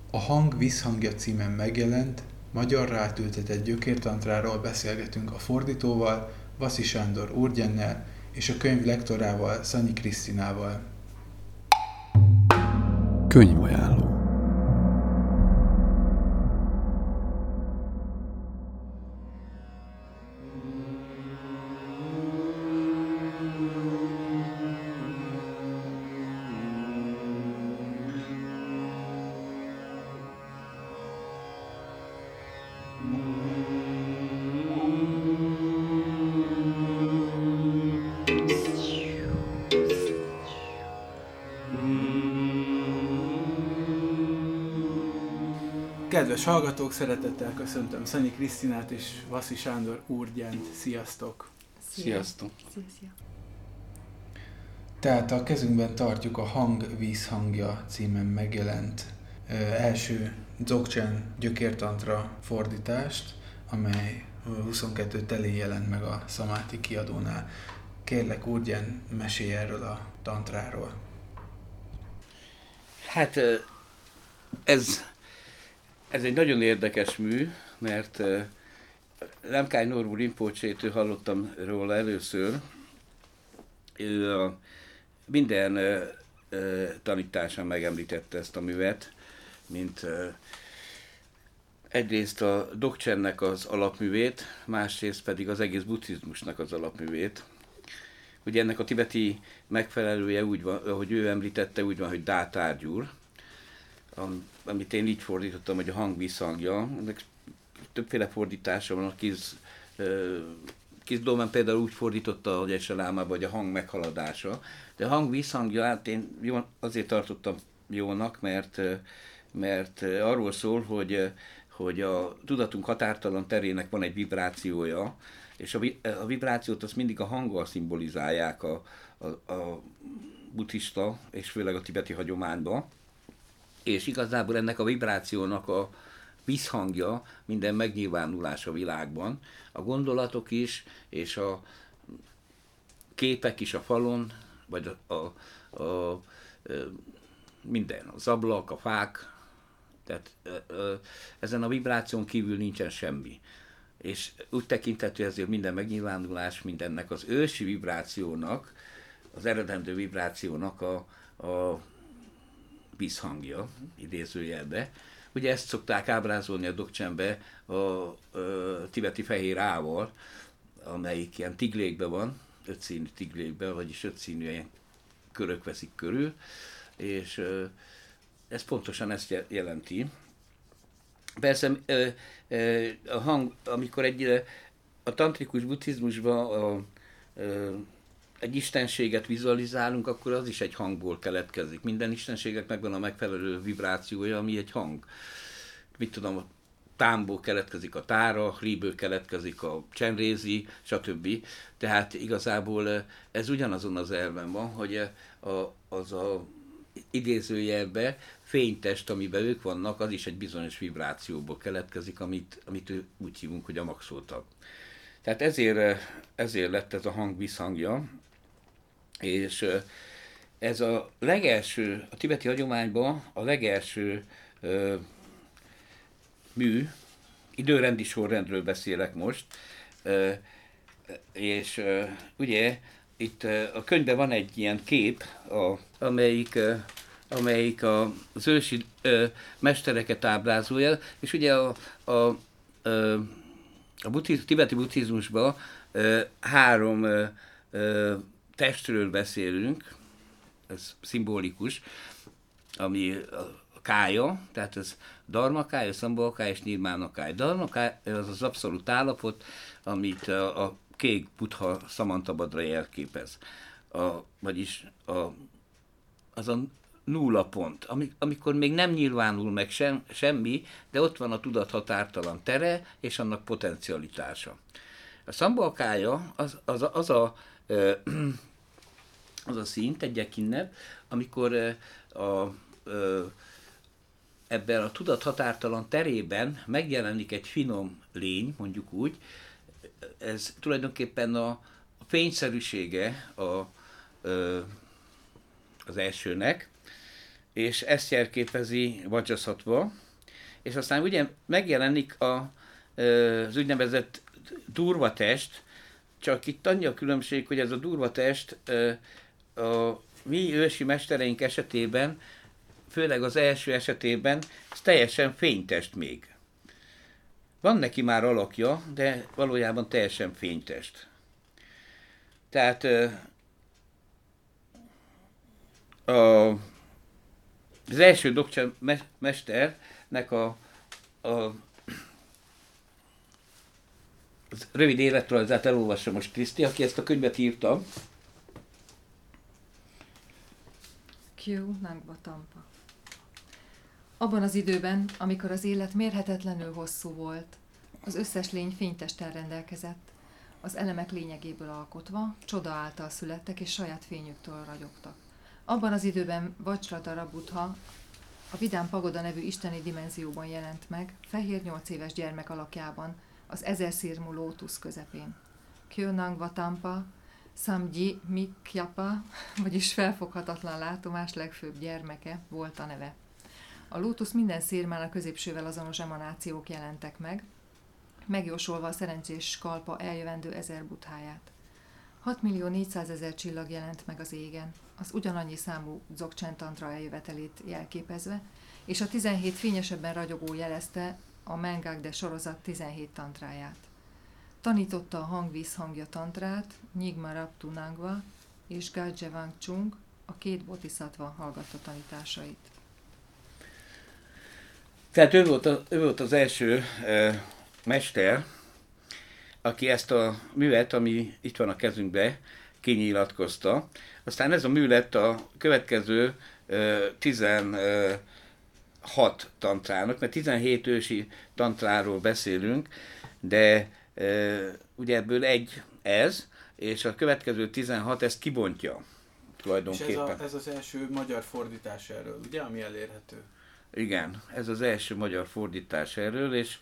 A Hang visszhangja címen megjelent, magyarra átültetett gyökértantráról beszélgetünk a fordítóval, Vaszi Sándor Urdjennel és a könyv lektorával, Szanyi Krisztinával. Könyvajánló. Kedves hallgatók, szeretettel köszöntöm Szanyi Krisztinát és Vaszi Sándor Urdjent. Sziasztok! Sziasztok! Szia. Tehát a kezünkben tartjuk a Hang vízhangja címen megjelent első Dzogchen gyökértantra fordítást, amely 22 telén jelent meg a Szamáti kiadónál. Kérlek, Urdjen, mesélj erről a tantráról. Hát ez egy nagyon érdekes mű, mert Lemkály Norbu Rinpoche-től hallottam róla először. Ő minden tanításán megemlítette ezt a művet, mint egyrészt a Dzogchennek az alapművét, másrészt pedig az egész buddhizmusnak az alapművét. Ugye ennek a tibeti megfelelője úgy van, ahogy ő említette, úgy van, hogy Dátárgyúr, amit én így fordítottam, hogy a Hang visszhangja. Ennek többféle fordítása van, a Kis Dolman például úgy fordította, hogy Ese Lámába, hogy a hang meghaladása. De a hang visszhangja, hát én azért tartottam jónak, mert arról szól, hogy a tudatunk határtalan terének van egy vibrációja, és a vibrációt azt mindig a hanggal szimbolizálják a buddhista, és főleg a tibeti hagyományban. És igazából ennek a vibrációnak a visszhangja minden megnyilvánulás a világban. A gondolatok is, és a képek is a falon, vagy minden, az ablak, a fák, tehát ezen a vibráción kívül nincsen semmi. És úgy tekinthető ezért minden megnyilvánulás, mindennek az ősi vibrációnak, az eredendő vibrációnak a visszhangja, idézőjelbe. Ugye ezt szokták ábrázolni a Dzogchenbe a tibeti fehér ával, amelyik ilyen tiglékben van, 5 színű tiglékben, vagyis 5 színű ilyen körök veszik körül, és ez pontosan ezt jelenti. Persze a hang, amikor a tantrikus buddhizmusban egy istenséget vizualizálunk, akkor az is egy hangból keletkezik. Minden istenségnek megvan a megfelelő vibrációja, ami egy hang. Mit tudom, a támból keletkezik a tára, hlíből keletkezik a csenrézi, stb. Tehát igazából ez ugyanazon az elven van, hogy az a idézőjelben fénytest, amiben ők vannak, az is egy bizonyos vibrációból keletkezik, amit úgy hívunk, hogy a maxoltag. Tehát ezért lett ez a hang visszhangja, és ez a legelső, a tibeti hagyományban a legelső mű, időrendi sorrendről beszélek most, és ugye itt a könyvben van egy ilyen kép, amelyik az ősi mestereket ábrázolja, és ugye a tibeti buddhizmusban 3 testről beszélünk, ez szimbolikus, ami a kája, tehát ez dharmakája, szambhavakája és nirmánakája. Dharmakája az az abszolút állapot, amit a kék buddha Samantabhadra jelképez. Vagyis az a nulla pont, amikor még nem nyilvánul meg semmi, de ott van a tudat határtalan tere és annak potencialitása. A szambhavakája az a szint, egy ekinnebb, amikor ebben a tudat határtalan terében megjelenik egy finom lény, mondjuk úgy, ez tulajdonképpen a fényszerűsége az elsőnek, és ezt jelképezi Vajrasattva, és aztán ugye megjelenik az úgynevezett durva test, csak itt annyi a különbség, hogy ez a durva test a mi ősi mestereink esetében, főleg az első esetében, ez teljesen fénytest még. Van neki már alakja, de valójában teljesen fénytest. Tehát az első Dzogchen mesternek a rövid életrajzát elolvassa most Kriszti, aki ezt a könyvet írta. Kyo Nangpa Tampa. Abban az időben, amikor az élet mérhetetlenül hosszú volt, az összes lény fénytesttel rendelkezett, az elemek lényegéből alkotva, csoda által születtek és saját fényüktől ragyogtak. Abban az időben Vajradhara Buddha a Vidám Pagoda nevű isteni dimenzióban jelent meg, fehér 8 éves gyermek alakjában, az 1000 szirmú lótusz közepén. Kyo Nangpa Tampa, Samji Mikyapa, vagyis felfoghatatlan látomás legfőbb gyermeke volt a neve. A lótusz minden szirmán a középsővel azonos emanációk jelentek meg, megjósolva a szerencsés kalpa eljövendő 1000 buddháját. 6.400.000 csillag jelent meg az égen, az ugyanannyi számú Dzogchen tantra eljövetelét jelképezve, és a 17 fényesebben ragyogó jelezte a Mengagde sorozat 17 tantráját. Tanította a hangvíz hangja tantrát, Nyingma Raptu Nangpa és Gajje Wangchung, a 2 bodhisattva hallgatta tanításait. Tehát ő volt az első mester, aki ezt a művet, ami itt van a kezünkben, kinyilatkozta. Aztán ez a mű lett a következő 16 tantrának, mert 17 ősi tantráról beszélünk, de ugye ebből egy ez, és a következő 16 ezt kibontja tulajdonképpen. És ez az első magyar fordítás erről, ugye, ami elérhető? Igen, ez az első magyar fordítás erről, és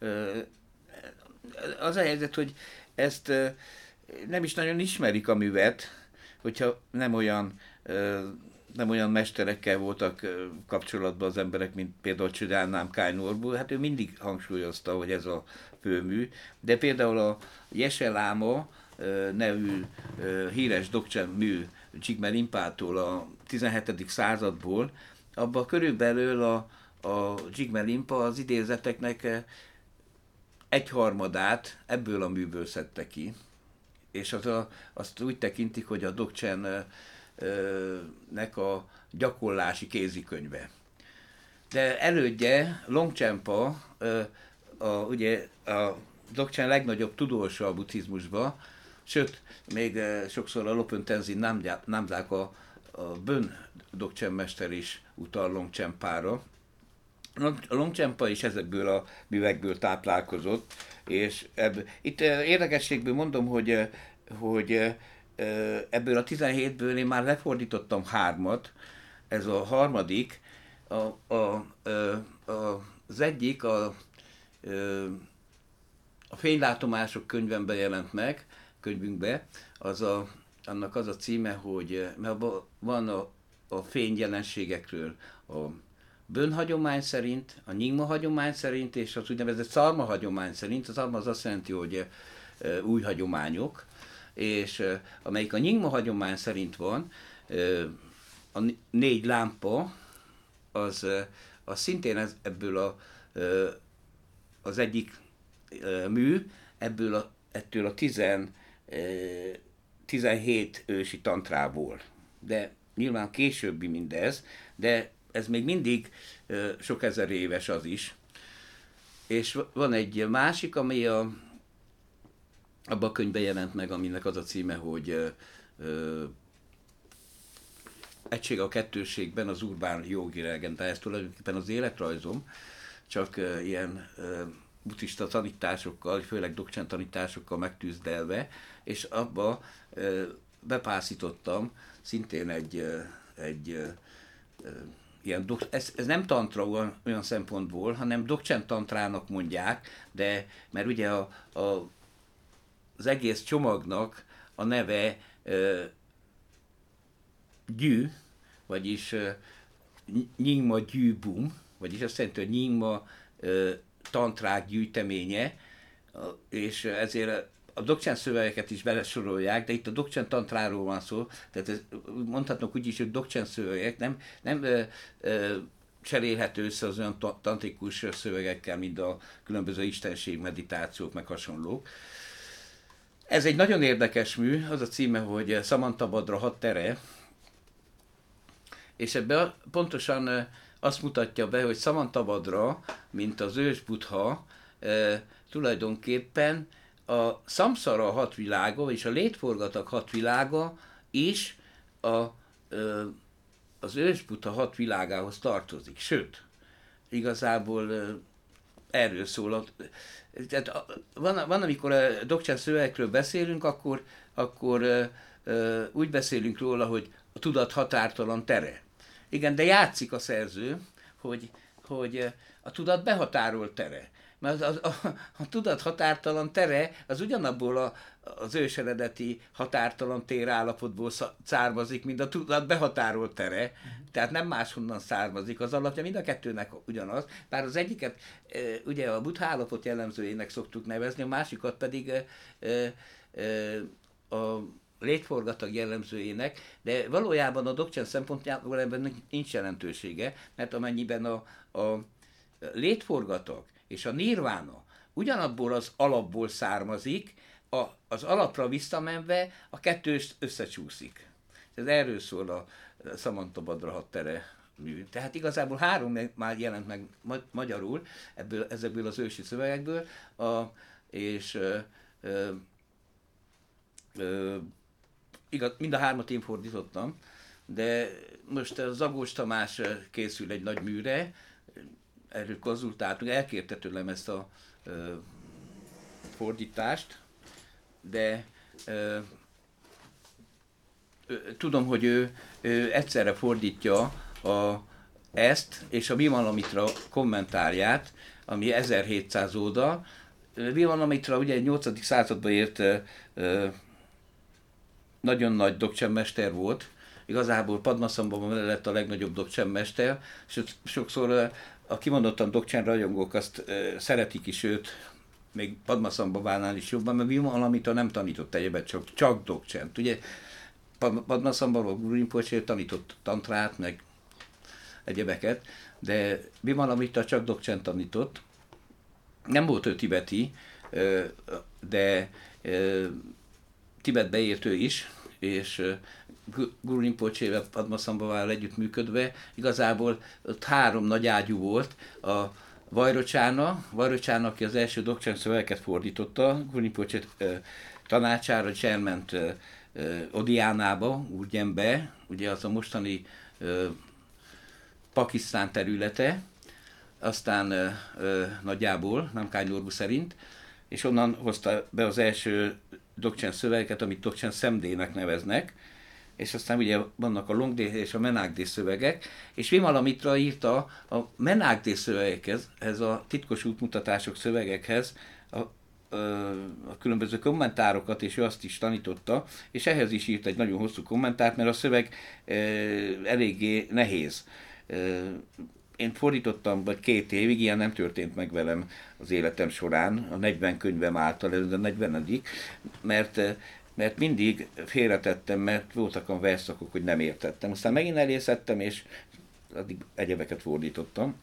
az a helyzet, hogy ezt nem is nagyon ismerik a művet, hogyha nem olyan mesterekkel voltak kapcsolatban az emberek, mint például Csudálnám Kály Norbu, hát ő mindig hangsúlyozta, hogy ez a főmű, de például a Jese Láma nevű híres Dzogchen mű Jigme Limpától a 17. századból, abban körülbelül a Jigme Limpa az idézeteknek egyharmadát ebből a műből szedte ki, és azt úgy tekintik, hogy a Dzogchen nek a gyakorlási kézikönyve. De elődje, Longchenpa, ugye a Dzogchen legnagyobb tudósa a buddhizmusban, sőt, még sokszor a Lopön Tenzin Namgyák a Bön Dzogchen mester is utal Longchenpára. A Longchenpa is ezekből a művekből táplálkozott, és itt érdekességből mondom, hogy ebből a 17-ből én már lefordítottam 3-at, ez a harmadik, az egyik a fénylátomások könyvemben jelent meg, könyvünkben, annak az a címe, hogy mert van a fényjelenségekről a Bön hagyomány szerint, a Nyingma hagyomány szerint, és az úgynevezett Szarma hagyomány szerint. A Szarma az azt jelenti, hogy új hagyományok, és amelyik a Nyingma hagyomány szerint van, a 4 lámpa, az szintén ebből az egyik mű, ettől a 17 ősi tantrából. De nyilván későbbi mindez, de ez még mindig sok ezer éves az is. És van egy másik, ami abban a könyvben jelent meg, aminek az a címe, hogy Egység a kettőségben az Urbán Jogi Regenta. Ez tulajdonképpen az életrajzom, csak ilyen buddhista tanításokkal, főleg Dzogchen tanításokkal megtűzdelve, és abba bepászítottam szintén egy ilyen, ez nem tantra olyan szempontból, hanem Dzogchen tantrának mondják, de mert ugye az egész csomagnak a neve gyű, vagyis Nyingma Gyűbum, vagyis azt jelenti, hogy Nyingma tantrák gyűjteménye, és ezért a Dzogchen szövegeket is belesorolják, de itt a Dzogchen tantráról van szó, tehát mondhatnak úgy is, hogy Dzogchen szövegek nem cserélhető össze az olyan tantrikus szövegekkel, mint a különböző istenség meditációk, meg hasonlók. Ez egy nagyon érdekes mű, az a címe, hogy Samantabhadra 6 tere, és ebben pontosan azt mutatja be, hogy Samantabhadra, mint az ős Buddha, tulajdonképpen a szamszara 6 világa, vagyis a létforgatag 6 világa is az ős Buddha 6 világához tartozik. Sőt, igazából erről szól. Tehát van, amikor a Dzogchen szövegekről beszélünk, akkor úgy beszélünk róla, hogy a tudat határtalan tere. Igen, de játszik a szerző, hogy a tudat behatárolt tere. Mert a tudat határtalan tere az ugyanabból az őseredeti határtalan térállapotból származik, mint a tudat behatárolt tere. Tehát nem máshonnan származik. Az alapja mind a kettőnek ugyanaz. Bár az egyiket ugye a Buddha állapot jellemzőjének szoktuk nevezni, a másikat pedig a létforgatag jellemzőjének, de valójában a Dzogchen szempontjából ebben nincs jelentősége, mert amennyiben a létforgatag és a nirvána ugyanabból az alapból származik, az alapra visszamenve a kettő összecsúszik. Ez erről szól a Samantabhadra 6 tere mű. Tehát igazából 3 már jelent meg magyarul ezekből az ősi szövegekből, és igaz, mind a 3-at én fordítottam, de most a Zagós Tamás készül egy nagy műre, erről konzultáltunk, elkérte tőlem ezt a fordítást, de tudom, hogy ő egyszerre fordítja ezt és a Vimalamitra kommentárját, ami 1700 oldal. Vimalamitra ugye egy 8. században ért nagyon nagy Dzogchen mester volt, igazából Padmasambhava mellett a legnagyobb Dzogchen mester, és sokszor a kimondottan Dzogchen rajongók azt szeretik is őt, még Padmasambhavánál is jobban, mert Vimalamitra nem tanított egyebet, csak Dzogchent. Ugye Padmasambhava Guru Rinpoche tanított tantrát, meg egyebeket, de Vimalamitra csak Dzogchent tanított. Nem volt ő tibeti, de Tibetbe ért ő is, és Guru Rinpoche-vel, Padmasambhavával együttműködve igazából ott 3 nagy ágyú volt. A Vajrocsána, aki az első Dzogchen szövegeket fordította, Guru Rinpoche tanácsára, és elment Odiánába, Urgyenbe, ugye az a mostani Pakisztán területe, aztán nagyjából, Namkhai Norbu szerint, és onnan hozta be az első Dzogchen szövegeket, amit Dzogchen Szemdének neveznek, és aztán ugye vannak a Longdé és a Menakdé szövegek, és Vimalamitra írta a Menakdé szövegekhez, ez a titkos útmutatások szövegekhez a különböző kommentárokat, és ő azt is tanította, és ehhez is írt egy nagyon hosszú kommentárt, mert a szöveg eléggé nehéz. Én fordítottam vagy 2 évig, ilyen nem történt meg velem az életem során, a 40 könyvem által, ez a 40. mert mindig félretettem, mert voltak a versszakok, hogy nem értettem. Aztán megint elészettem, és addig egyebeket fordítottam.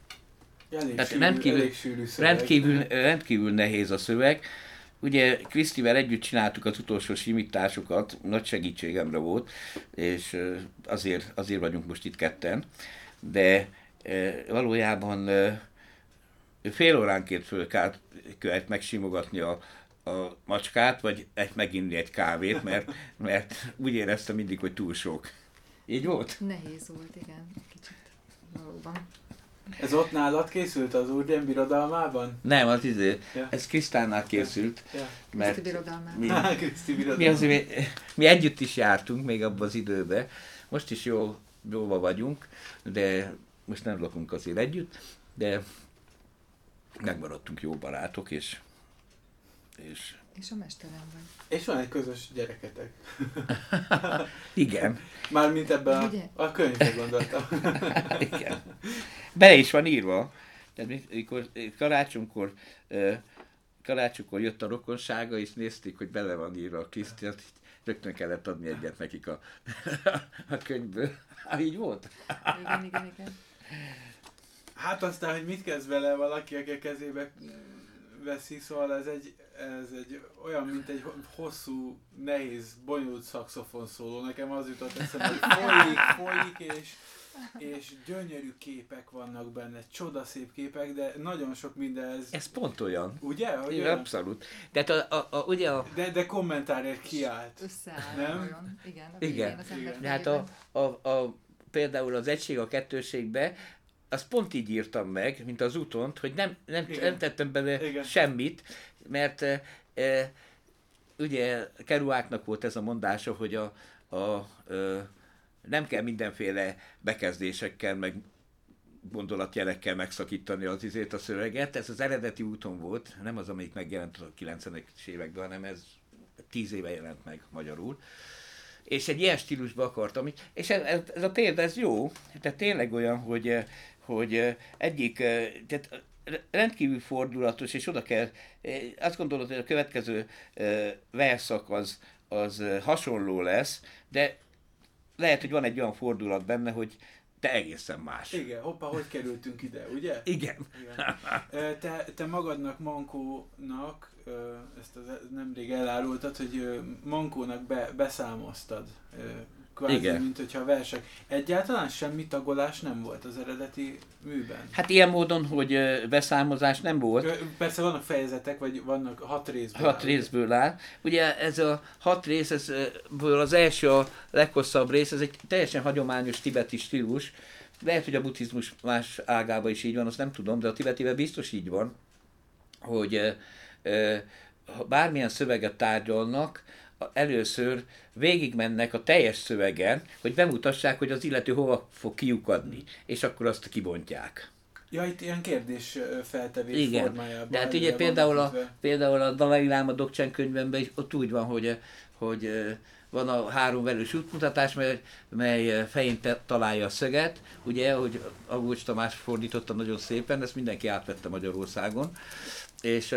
Rendkívül nehéz a szöveg. Ugye Krisztivel együtt csináltuk az utolsó simításokat, nagy segítségemre volt, és azért vagyunk most itt ketten, de valójában fél óránként föl kellett megsimogatni a macskát, vagy meginni egy kávét, mert úgy éreztem mindig, hogy túl sok. Így volt? Nehéz volt, igen, kicsit valóban. Ez ott nálad készült az Urgyen birodalmában? Nem, ez Krisztánál készült. Kriszti birodalmában. Mi együtt is jártunk még abban az időben. Most is jóval vagyunk, de most nem lakunk azért együtt, de megmaradtunk jó barátok, és És a mesterem vagy. És van egy közös gyereketek. Igen. Mármint ebben Ugye? a könyvben gondoltam. Igen. Bele is van írva. Tehát mikor karácsonykor jött a rokonsága, és nézték, hogy bele van írva a Krisztiát, rögtön kellett adni egyet nekik a könyvből. Így volt? Igen. Hát aztán, hogy mit kezd vele valaki, aki a kezébe veszi, szóval ez egy olyan, mint egy hosszú, nehéz, bonyolult szaxofon szóló. Nekem az jutott eszembe, hogy folyik, és gyönyörű képek vannak benne, csodaszép képek, de nagyon sok minden Ez pont olyan. Ugye? Hogy Igen, olyan? abszolút. De ugye a... De kommentárért kiállt. Összeáll Nem? olyan. Igen. Igen. Az ember Igen. Hát fejében. például az egység a kettőségbe, azt pont így írtam meg, mint az Utont, hogy nem tettem bele Igen. semmit, mert ugye Kerouacnak volt ez a mondása, hogy nem kell mindenféle bekezdésekkel, meg gondolatjelekkel megszakítani az a szöveget. Ez az eredeti Úton volt, nem az, amelyik megjelent a 90-es években, hanem ez 10 éve jelent meg magyarul. És egy ilyen stílusba akartam, és ez a példa, ez jó, tehát tényleg olyan, hogy egyik, tehát rendkívül fordulatos, és oda kell, azt gondolod, hogy a következő verszak az hasonló lesz, de lehet, hogy van egy olyan fordulat benne, hogy te egészen más. Igen, hoppá, hogy kerültünk ide, ugye? Igen. Igen. Te magadnak, Mankónak, ezt nemrég elárultad, hogy Mankónak beszámoztad, kvázi, Igen. mint hogyha a versek. Egyáltalán semmi tagolás nem volt az eredeti műben? Hát ilyen módon, hogy beszámozás nem volt. Persze vannak fejezetek, vagy vannak 6 részből. 6 részből áll. Ugye ez a 6 rész, ezből az első a leghosszabb rész, ez egy teljesen hagyományos tibeti stílus. Lehet, hogy a buddhizmus más ágában is így van, azt nem tudom, de a tibetiben biztos így van, hogy ha bármilyen szöveget tárgyalnak, először végigmennek a teljes szövegen, hogy bemutassák, hogy az illető hova fog kiukadni, és akkor azt kibontják. Ja, itt ilyen kérdés feltevés formájában. De hát ugye például a Dalai Láma Dokcsán könyvemben ott úgy van, hogy van a 3 velős útmutatás, mely fején találja a szöget, ugye, hogy Agócs Tamás fordította nagyon szépen, ezt mindenki átvette Magyarországon, és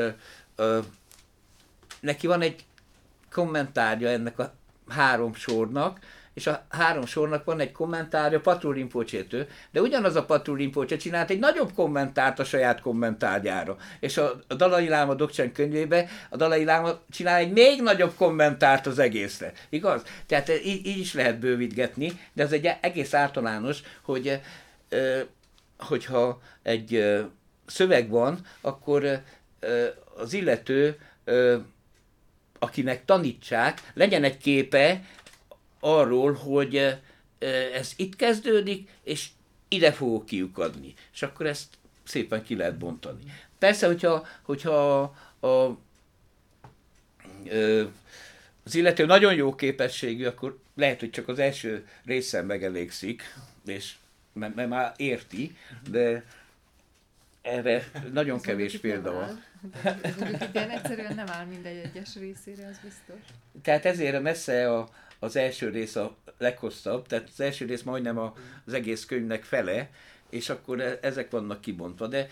neki van egy kommentárja ennek a 3 sornak, és a 3 sornak van egy kommentárja Patrul Rinpoche-től, de ugyanaz a Patrul Rinpoche csinált egy nagyobb kommentárt a saját kommentárjára. És a Dalai Láma Dokcsán könyvében a Dalai Láma csinál egy még nagyobb kommentárt az egészre. Igaz? Tehát így is lehet bővítgetni, de ez egy egész általános, hogy hogyha egy szöveg van, akkor az illető, akinek tanítsák, legyen egy képe arról, hogy ez itt kezdődik, és ide fogok kiukadni. És akkor ezt szépen ki lehet bontani. Persze, hogyha az illető nagyon jó képességű, akkor lehet, hogy csak az első részen megelégszik, és mert már érti, de erre nagyon kevés példa van. Mondjuk ilyen egyszerűen nem áll mindegy egyes részére, az biztos. Tehát ezért messze az első rész a leghosszabb, tehát az első rész majdnem az egész könyvnek fele, és akkor ezek vannak kibontva. De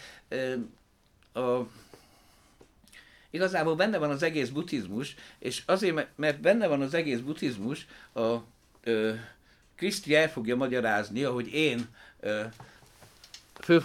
igazából benne van az egész buddhizmus, és azért, mert benne van az egész buddhizmus, Kriszti el fogja magyarázni, ahogy én föl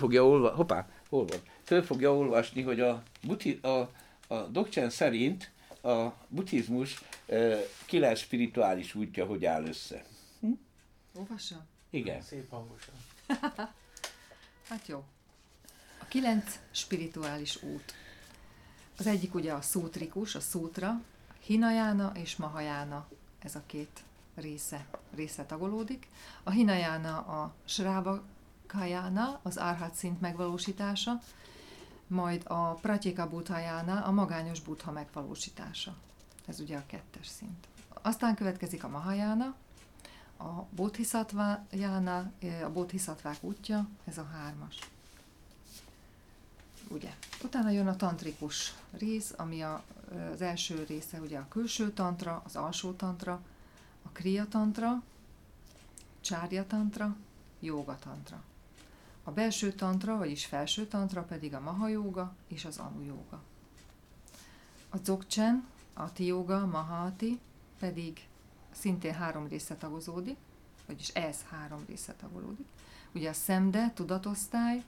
fogja olvasni, hogy a Dokcsán szerint a buddhizmus 9 spirituális útja hogy áll össze. Olvassa? Igen. Szép hangosan. Hát jó. A 9 spirituális út. Az egyik ugye a szútrikus, a szútra, Hinajána és Mahajána, ez a 2 része tagolódik. A Hinajána a Sravakájána, az árhat szint megvalósítása, majd a Pratyeka Buddhajána, a magányos buddha megvalósítása. Ez ugye a 2. szint. Aztán következik a Mahajána, a Bodhisattvájána, a Bodhisattvák útja, ez a 3. Ugye. Utána jön a tantrikus rész, ami a az első része ugye a külső tantra, az alsó tantra, a kriya tantra, csárya tantra, jóga tantra. A belső tantra, vagyis felső tantra pedig a maha jóga és az anu jóga. A dzogchen, ati jóga, mahati pedig szintén 3 része tagozódik, vagyis ez 3 része tagolódik. Ugye a szemde, tudatosztály,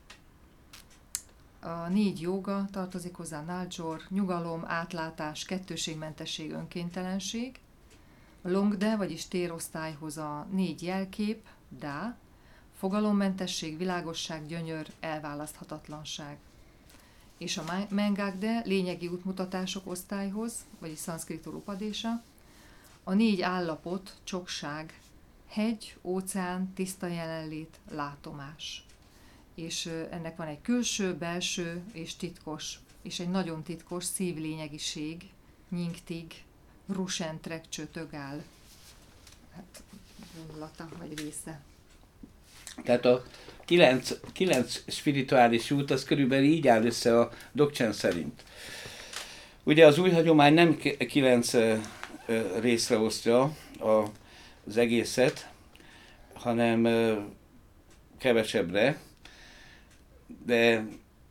a 4 jóga tartozik hozzá, naljor, nyugalom, átlátás, kettőségmentesség, önkéntelenség. A longde, vagyis térosztályhoz a 4 jelkép, dá, fogalommentesség, világosság, gyönyör, elválaszthatatlanság. És a mengagde, lényegi útmutatások osztályhoz, vagyis szanszkritul upadésa, a 4 állapot, csokság, hegy, óceán, tiszta jelenlét, látomás. És ennek van egy külső, belső és titkos, és egy nagyon titkos szívlényegiség, nyingtig, rusentrek tögál. Hát, vonulata vagy része. Tehát a 9 spirituális út, az körülbelül így áll össze a Dzogchen szerint. Ugye az új hagyomány nem 9 részre osztja az egészet, hanem kevesebbre, de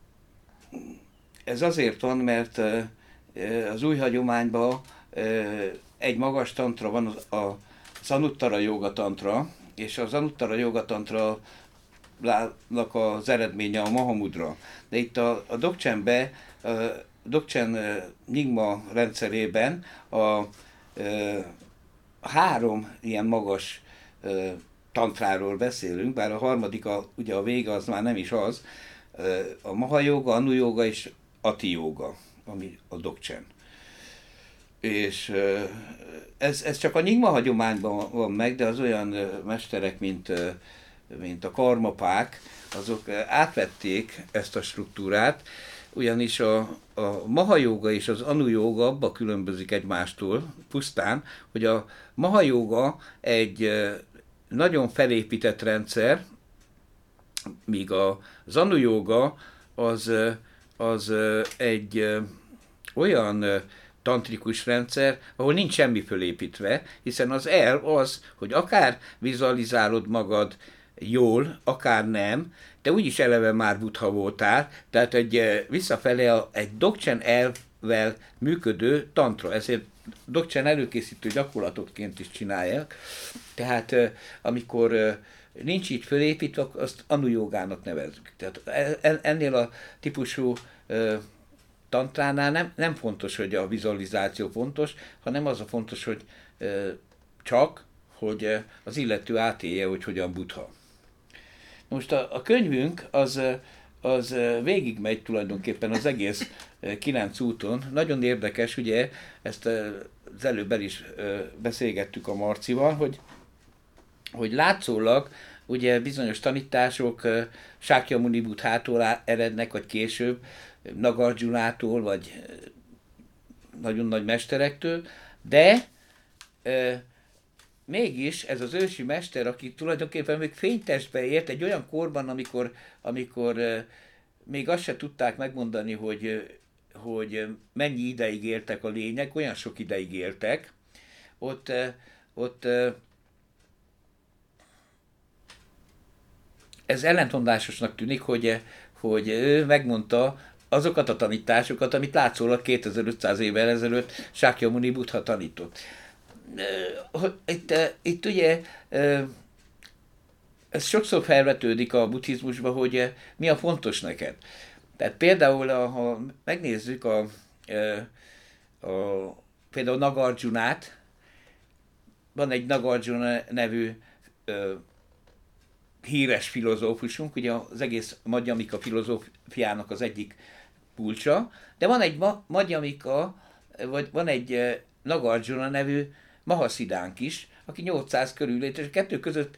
ez azért van, mert az új hagyományban egy magas tantra van, az Anuttara Jóga tantra, és az Anuttara Jóga tantra az eredménye a Mahamudra. De itt a Dzogchenben, Dzogchen Nyingma rendszerében a 3 ilyen magas tantráról beszélünk, bár a harmadik, ugye a vége az már nem is az, a Maha Jóga, Anu Jóga és Ati Jóga, ami a Dzogchen. És ez csak a Nyingma hagyományban van meg, de az olyan mesterek, mint a karmapák, azok átvették ezt a struktúrát, ugyanis a Maha Jóga és az Anu Jóga abba különbözik egymástól pusztán, hogy a Maha Jóga egy nagyon felépített rendszer, míg az Anu Jóga az egy olyan tantrikus rendszer, ahol nincs semmi fölépítve, hiszen az elv az, hogy akár vizualizálod magad jól, akár nem, te úgyis eleve már buddha voltál, tehát visszafele egy Dzogchen elvvel működő tantra, ezért Dzogchen előkészítő gyakorlatokként is csinálják, tehát amikor nincs így fölépítve, azt Anu Jógának nevezzük. Tehát ennél a típusú tantránál nem fontos, hogy a vizualizáció fontos, hanem az a fontos, hogy hogy az illető átélje, hogy hogyan buddha. Most a könyvünk az végigmegy tulajdonképpen az egész 9 úton. Nagyon érdekes, ugye, ezt az előbb el is beszélgettük a Marcival, hogy látszólag ugye bizonyos tanítások Sákyamuni Buddhától erednek, vagy később Nagarjunától, vagy nagyon nagy mesterektől, de mégis ez az ősi mester, aki tulajdonképpen még fénytestbe ért egy olyan korban, amikor még azt se tudták megmondani, hogy mennyi ideig éltek a lények, olyan sok ideig éltek, ott ez ellentmondásosnak tűnik, hogy ő megmondta azokat a tanításokat, amit látszólag 2500 évvel ezelőtt Sákyamuni Buddha tanított. Itt ugye ez sokszor felvetődik a buddhizmusban, hogy mi a fontos neked. Tehát például, ha megnézzük például Nagarjunát, van egy Nagarjuna nevű híres filozófusunk, ugye az egész Madhyamika filozófiának az egyik kulcsa, de van egy Madhyamika, vagy van egy Nagarjuna nevű Mahaszidánk is, aki 800 körül élt, és a kettő között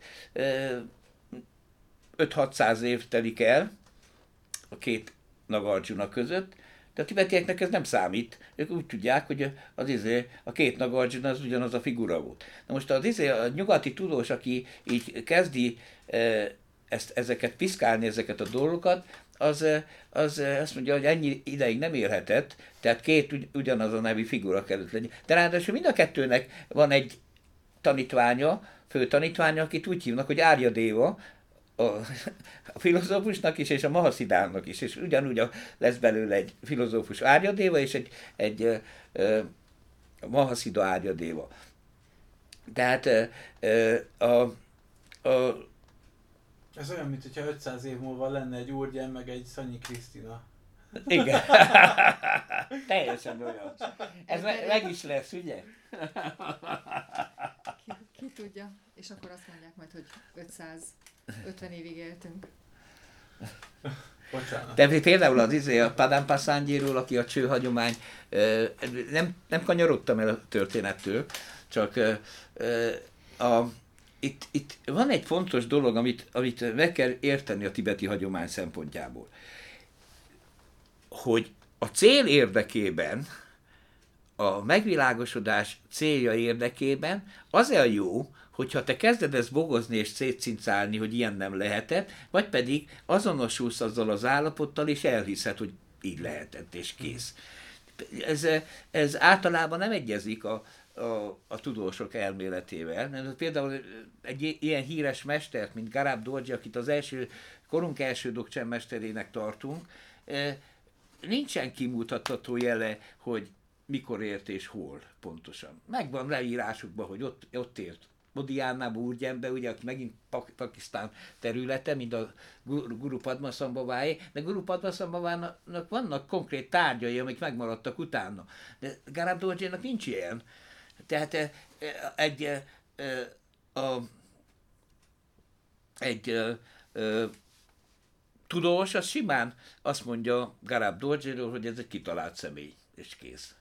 5-600 év telik el a két Nagarjuna között, de a tibetieknek ez nem számít. Ők úgy tudják, hogy a két Nagarjuna az ugyanaz a figura volt. Na most a nyugati tudós, aki így kezdi ezeket piszkálni, ezeket a dolgokat, az azt mondja, hogy ennyi ideig nem élhetett, tehát két ugyanaz a nevű figura kellett legyen. De ráadásul mind a kettőnek van egy tanítványa, főtanítványa, akit úgy hívnak, hogy Áryadéva, a filozófusnak is, és a Mahasiddhának is, és ugyanúgy lesz belőle egy filozófus Áryadéva, és egy Mahasiddha Áryadéva. Tehát ez olyan, mintha 500 év múlva lenne egy Úrgyen, meg egy Szanyi Krisztina. Igen. Teljesen olyan. Ez meg is lesz, ugye? Ki tudja, és akkor azt mondják majd, hogy 550 évig éltünk. Bocsánat. De például a Padampa-Szángyéről, aki a csőhagyomány, nem kanyarodtam el a történettől, csak itt van egy fontos dolog, amit meg kell érteni a tibeti hagyomány szempontjából. Hogy a cél érdekében, a megvilágosodás célja érdekében az a jó, hogyha te kezded ezt bogozni és szétcincálni, hogy ilyen nem lehetett, vagy pedig azonosulsz azzal az állapottal, és elhiszed, hogy így lehetett, és kész. Ez általában nem egyezik a tudósok elméletével. Például egy ilyen híres mestert, mint Garab Dorje, akit az korunk első Dzogchen mesterének tartunk, nincsen kimutatható jele, hogy mikor ért és hol pontosan. Megvan leírásukban, hogy ott ért Modiánába, Úrgyenbe, ugye, aki megint Pakisztán területe, mint a Guru Padmasambhaváé, de Guru Padmasambhavának vannak konkrét tárgyai, amik megmaradtak utána. De Garab Dorjénak nincs ilyen. Tehát egy tudós, az simán azt mondja Garab Dorjéről, hogy ez egy kitalált személy, és kész.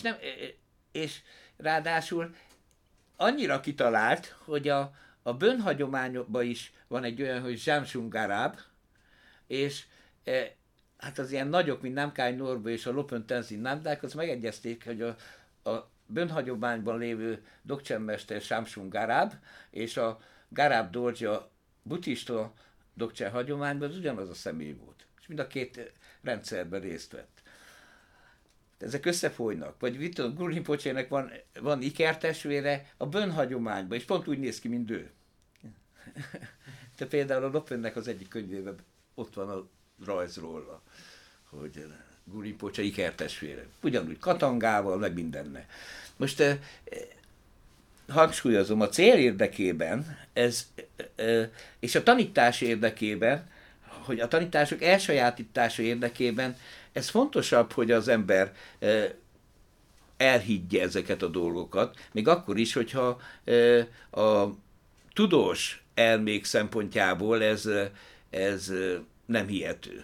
És ráadásul annyira kitalált, hogy a bön hagyományokban is van egy olyan, hogy Jamshung Garab, és hát az ilyen nagyok, mint Namkhai Norbu és a Lopön Tenzin Namdák, az megegyezték, hogy a bön hagyományban lévő Dzogchen mester Jamshung Garab, és a Garab Dorje a buddhista Dzogchen hagyományban az ugyanaz a személy volt. És mind a két rendszerben részt vett. Ezek összefolynak. Vagy Vitor Guru Rinpochének van ikertestvére a bön hagyományban, és pont úgy néz ki, mint ő. De például a Lopönnek az egyik könyvében ott van a rajz róla, hogy Guru Rinpoché ikertestvére. Ugyanúgy katangával, meg mindenne. Most hangsúlyozom, a cél érdekében, és a tanítás érdekében, hogy a tanítások elsajátítása érdekében, ez fontosabb, hogy az ember elhiggye ezeket a dolgokat, még akkor is, hogyha a tudós elmék szempontjából ez nem hihető.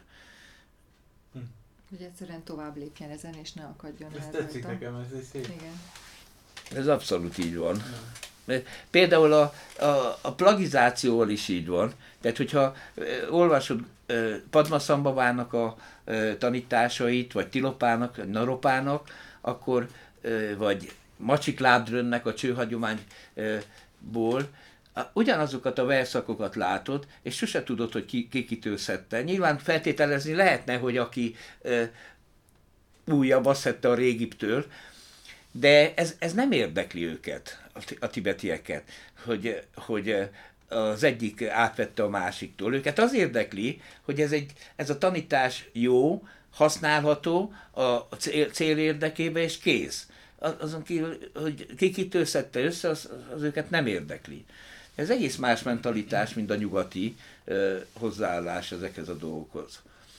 Hogy egyszerűen tovább lépjen ezen, és ne akadjon el Ez rajta. tetszik nekem, ez egy szép. Igen. Ez abszolút így van. Például a plagizációval is így van. Tehát, hogyha olvasod Padmasambhavának a tanításait, vagy Tilopának, vagy Naropának, akkor, vagy Macsik Lábdrönnek a csőhagyományból, ugyanazokat a verszakokat látod, és sose tudod, hogy ki kitőzhette. Nyilván feltételezni lehetne, hogy aki újabb, azt szedte a régibtől, de ez nem érdekli őket, a tibetieket, hogy az egyik átvette a másiktól. Őket az érdekli, hogy ez a tanítás jó, használható a cél érdekében, és kész. Azon kívül, hogy ki kitőzhette össze, az őket nem érdekli. Ez egész más mentalitás, mint a nyugati hozzáállás ezekhez a dolgokhoz.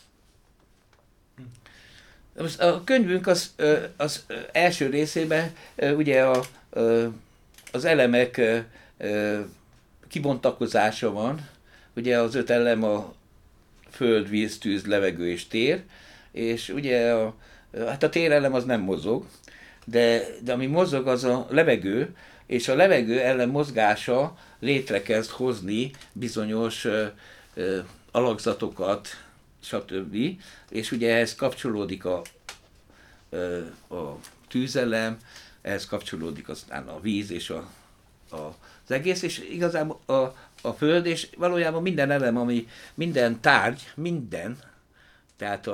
Most a könyvünk az első részében ugye az elemek kibontakozása van, ugye az 5 elem a föld, víz, tűz, levegő és tér, és ugye hát a térelem az nem mozog, de ami mozog az a levegő, és a levegő ellen mozgása létre kezd hozni bizonyos alakzatokat, stb. És ugye ehhez kapcsolódik a tűzelem, ehhez kapcsolódik aztán a víz és az egész, és igazából a föld, és valójában minden elem, minden tárgy, minden, Tehát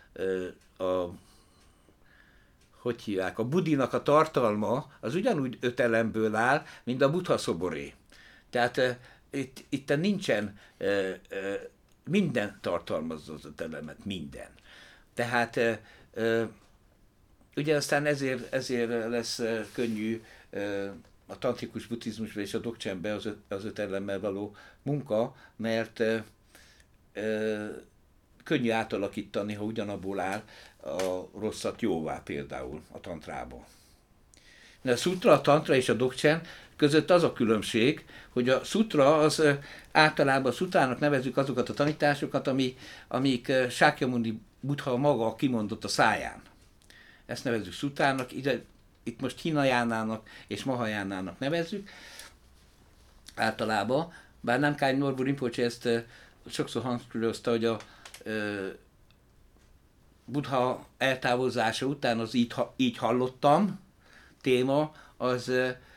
hogy hívják, a budinak a tartalma az ugyanúgy 5 elemből áll, mint a Buddha szoboré. Tehát itt nincsen minden tartalmazza az 5 elemet, minden. Tehát ugye aztán ezért lesz könnyű a tantrikus buddhizmusban és a Dzogchenben az 5 elemmel való munka, mert könnyű átalakítani, ha ugyanabból áll a rosszat jóvá például a tantrában. De a sutra, a tantra és a Dzogchen között az a különbség, hogy a sutra az általában a sutrának nevezzük azokat a tanításokat, amik Sákyamuni Buddha maga kimondott a száján. Ezt nevezzük sutrának, itt most Hinajánának és Mahajánának nevezzük általában, bár Namkhai Norbu Rinpoche ezt sokszor hangsúlyozta, hogy a Buddha eltávozása után az így hallottam téma, az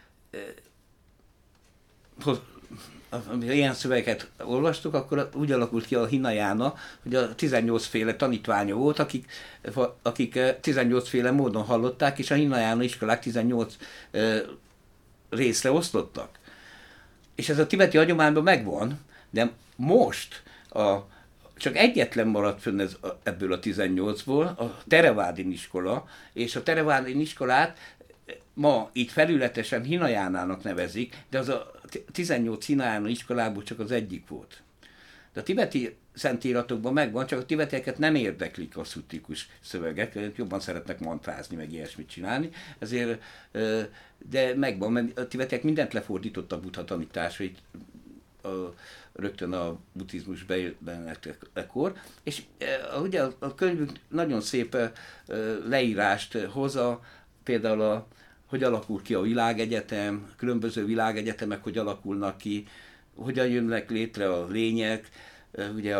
ilyen szövegeket olvastuk, akkor úgy alakult ki a Hinajána, hogy a 18 féle tanítványa volt, akik 18 féle módon hallották, és a Hinajána iskolák 18 részre osztottak. És ez a tibeti hagyományban megvan, de most csak egyetlen maradt fönn ebből a 18-ból, a Theravádin iskola, és a Theravádin iskolát ma így felületesen Hinajánának nevezik, de az a 18 Hinajána iskolából csak az egyik volt. De a tibeti szentíratokban megvan, csak a tibetieket nem érdeklik a szuttikus szövegek, jobban szeretnek mantrázni, meg ilyesmit csinálni, ezért, de megvan, mert a tibetiek mindent lefordított a Buddha tanításait, rögtön a buddhizmus bejöttekor, és ugye a könyvünk nagyon szép leírást hoz, például hogy alakul ki a világegyetem, különböző világegyetemek hogy alakulnak ki, hogyan jönnek létre a lények, ugye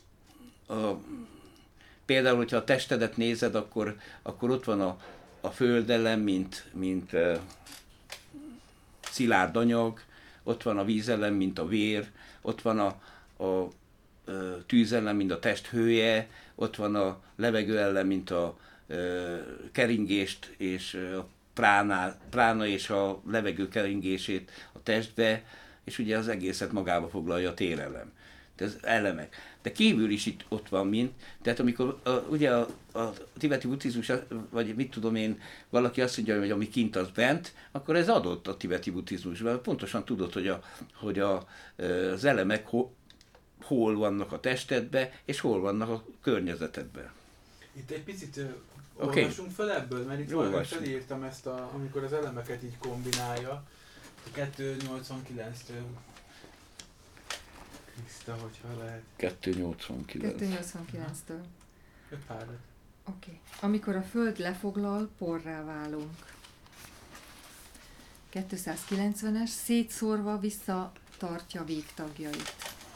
például, hogyha a testedet nézed, akkor ott van a földelem, mint szilárd anyag, ott van a vízelem, mint a vér, ott van a tűzelem, mint a test hője, ott van a levegő ellen, mint a keringést és a prána és a levegő keringését a testbe, és ugye az egészet magába foglalja a térelem. Ez elemek. De kívül is ott van mind, tehát amikor ugye a tibeti buddhizmus, vagy mit tudom én, valaki azt mondja, hogy ami kint az bent, akkor ez adott a tibeti buddhizmusban. Pontosan tudod, hogy az elemek hol vannak a testedben, és hol vannak a környezetedben. Itt egy picit olvassunk fel ebből, mert itt valami felírtam ezt, amikor az elemeket így kombinálja, a 289-től. Kriszta, hogyha lehet. 289-től. 5 párat. Oké. Amikor a föld lefoglal, porrá válunk. 290-es, szétszórva visszatartja végtagjait.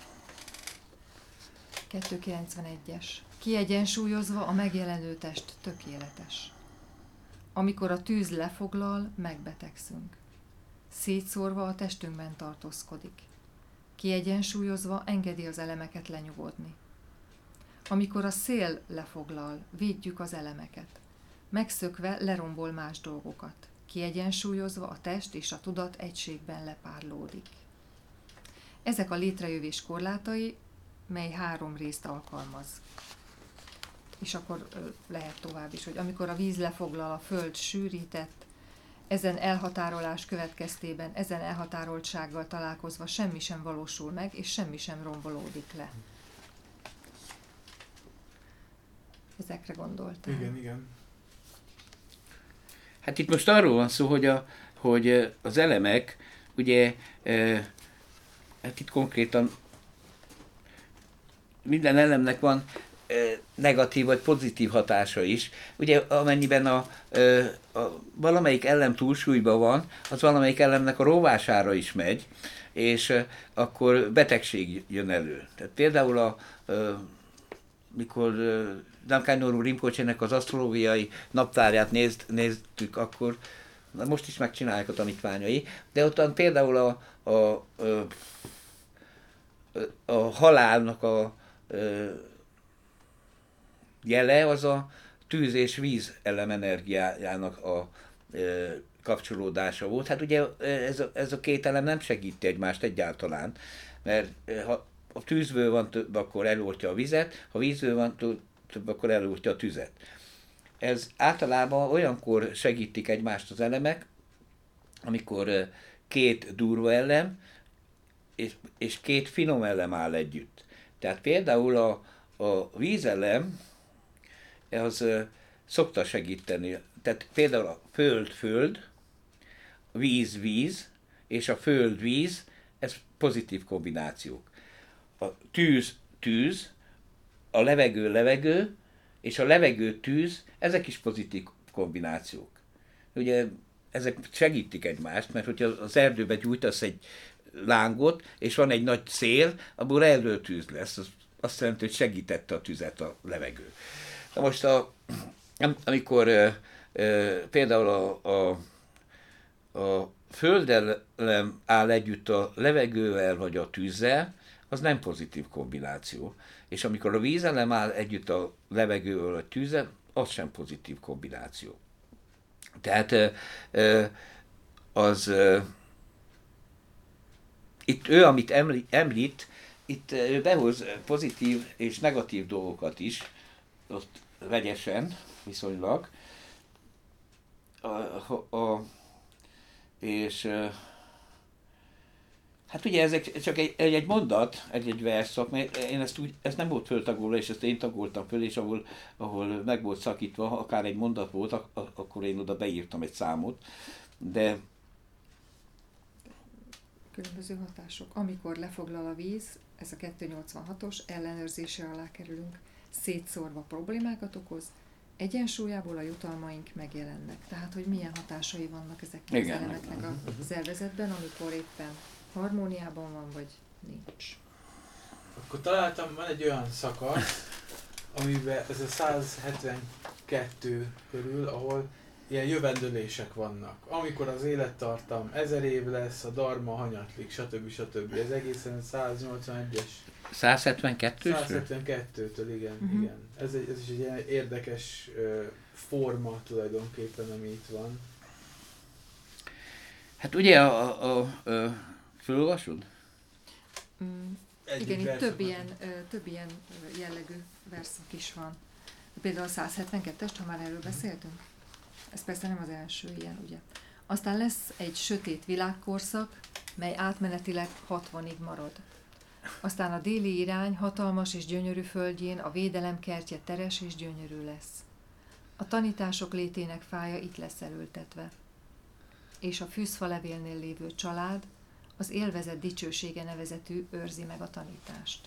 291-es. Kiegyensúlyozva a megjelenő test tökéletes. Amikor a tűz lefoglal, megbetegszünk. Szétszórva a testünkben tartózkodik. Kiegyensúlyozva engedi az elemeket lenyugodni. Amikor a szél lefoglal, védjük az elemeket. Megszökve lerombol más dolgokat. Kiegyensúlyozva a test és a tudat egységben lepárlódik. Ezek a létrejövés korlátai, mely 3 részt alkalmaz. És akkor lehet tovább is, hogy amikor a víz lefoglal, a föld sűrített, ezen elhatárolás következtében, ezen elhatároltsággal találkozva semmi sem valósul meg, és semmi sem rombolódik le. Ezekre gondoltam. Igen. Hát itt most arról van szó, hogy az elemek, ugye, hát itt konkrétan minden elemnek van negatív vagy pozitív hatása is. Ugye amennyiben valamelyik elem túlsúlyban van, az valamelyik elemnek a rovására is megy, és akkor betegség jön elő. Tehát például mikor Namkhai Norbu Rinpoche-nek az asztrológiai naptárját néztük, akkor most is megcsinálják a tanítványai, de ott például a halálnak a jele az a tűz és víz elemenergiájának a kapcsolódása volt. Hát ugye ez a két elem nem segíti egymást egyáltalán, mert ha a tűzből van több, akkor eloltja a vizet, ha vízből van több, akkor eloltja a tüzet. Ez általában olyankor segítik egymást az elemek, amikor két durva elem és két finom elem áll együtt. Tehát például a vízelem az szokta segíteni. Tehát például a föld, víz és a föld-víz, ez pozitív kombinációk. A tűz, a levegő és a levegő-tűz, ezek is pozitív kombinációk. Ugye ezek segítik egymást, mert hogyha az erdőbe gyújtasz egy lángot, és van egy nagy szél, abból erről tűz lesz. Az azt jelenti, hogy segítette a tüzet a levegő. Na most amikor például a földelem áll együtt a levegővel vagy a tűzzel, az nem pozitív kombináció. És amikor a vízelem áll együtt a levegővel vagy a tűzzel, az sem pozitív kombináció. Tehát itt ő, amit említ, itt ő behoz pozitív és negatív dolgokat is, ott vegyesen, viszonylag, és hát ugye ezek csak egy mondat, egy verszak, mert én ezt nem volt föltagolva, és ezt én tagoltam föl, és ahol meg volt szakítva, akár egy mondat volt, akkor én oda beírtam egy számot, de különböző hatások. Amikor lefoglal a víz, ez a 286-os, ellenőrzése alá kerülünk, szétszórva problémákat okoz, egyensúlyából a jutalmaink megjelennek. Tehát, hogy milyen hatásai vannak ezeknek az elemeknek a szervezetben, amikor éppen harmóniában van, vagy nincs. Akkor találtam, van egy olyan szakasz, amiben ez a 172 körül, ahol ilyen jövendőlések vannak. Amikor az élettartam 1000 év lesz, a dharma hanyatlik, stb. Ez egészen 181-es. 172-től, igen. Ez is egy ilyen érdekes forma tulajdonképpen, ami itt van. Hát ugye fölolvasod? Igen, itt több ilyen jellegű verszak is van. Például a 172-est, ha már erről beszéltünk. Ez persze nem az első ilyen, ugye. Aztán lesz egy sötét világkorszak, mely átmenetileg 60-ig marad. Aztán a déli irány hatalmas és gyönyörű földjén a védelem kertje teres és gyönyörű lesz. A tanítások létének fája itt lesz elültetve. És a fűzfa levélnél lévő család, az élvezet dicsősége nevezetű őrzi meg a tanítást.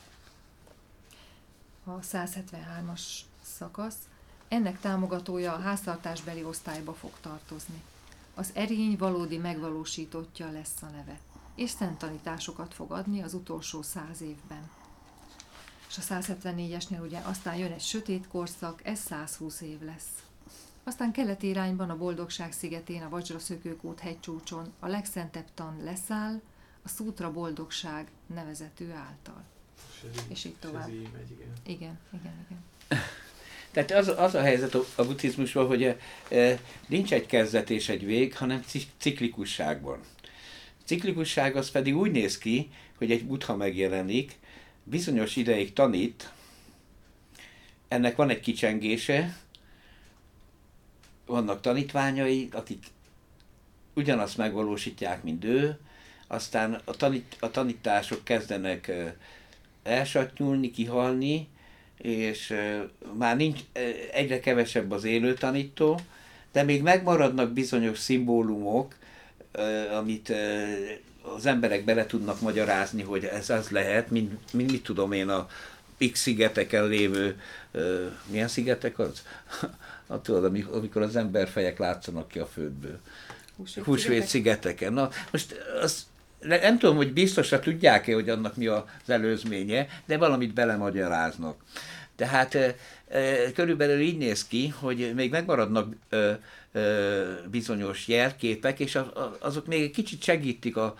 A 173-as szakasz, ennek támogatója a háztartásbeli osztályba fog tartozni. Az erény valódi megvalósítottja lesz a neve, és szent tanításokat fog adni az utolsó 100 évben. És a 174-esnél ugye aztán jön egy sötét korszak, ez 120 év lesz. Aztán keleti irányban a Boldogság szigetén, a Vajraszökőkút hegycsúcson a legszentebb tan leszáll, a Szútra Boldogság nevezetű által. És így tovább. Igen. Tehát az a helyzet a buddhizmusban, hogy nincs egy kezdet és egy vég, hanem ciklikusság van. Ciklikusság az pedig úgy néz ki, hogy egy buddha megjelenik, bizonyos ideig tanít, ennek van egy kicsengése, vannak tanítványai, akik ugyanazt megvalósítják, mint ő, aztán a tanítások kezdenek elsatnyulni, kihalni, és már nincs, egyre kevesebb az élő tanító, de még megmaradnak bizonyos szimbólumok, amit az emberek bele tudnak magyarázni, hogy ez az lehet, mit tudom én, a X szigeteken lévő, milyen szigetek az? Tudod, amikor az emberfejek látszanak ki a földből. Húsvét szigeteken. Na, most nem tudom, hogy biztosra tudják-e, hogy annak mi az előzménye, de valamit belemagyaráznak. Tehát körülbelül így néz ki, hogy még megmaradnak bizonyos jelképek, és azok még egy kicsit segítik a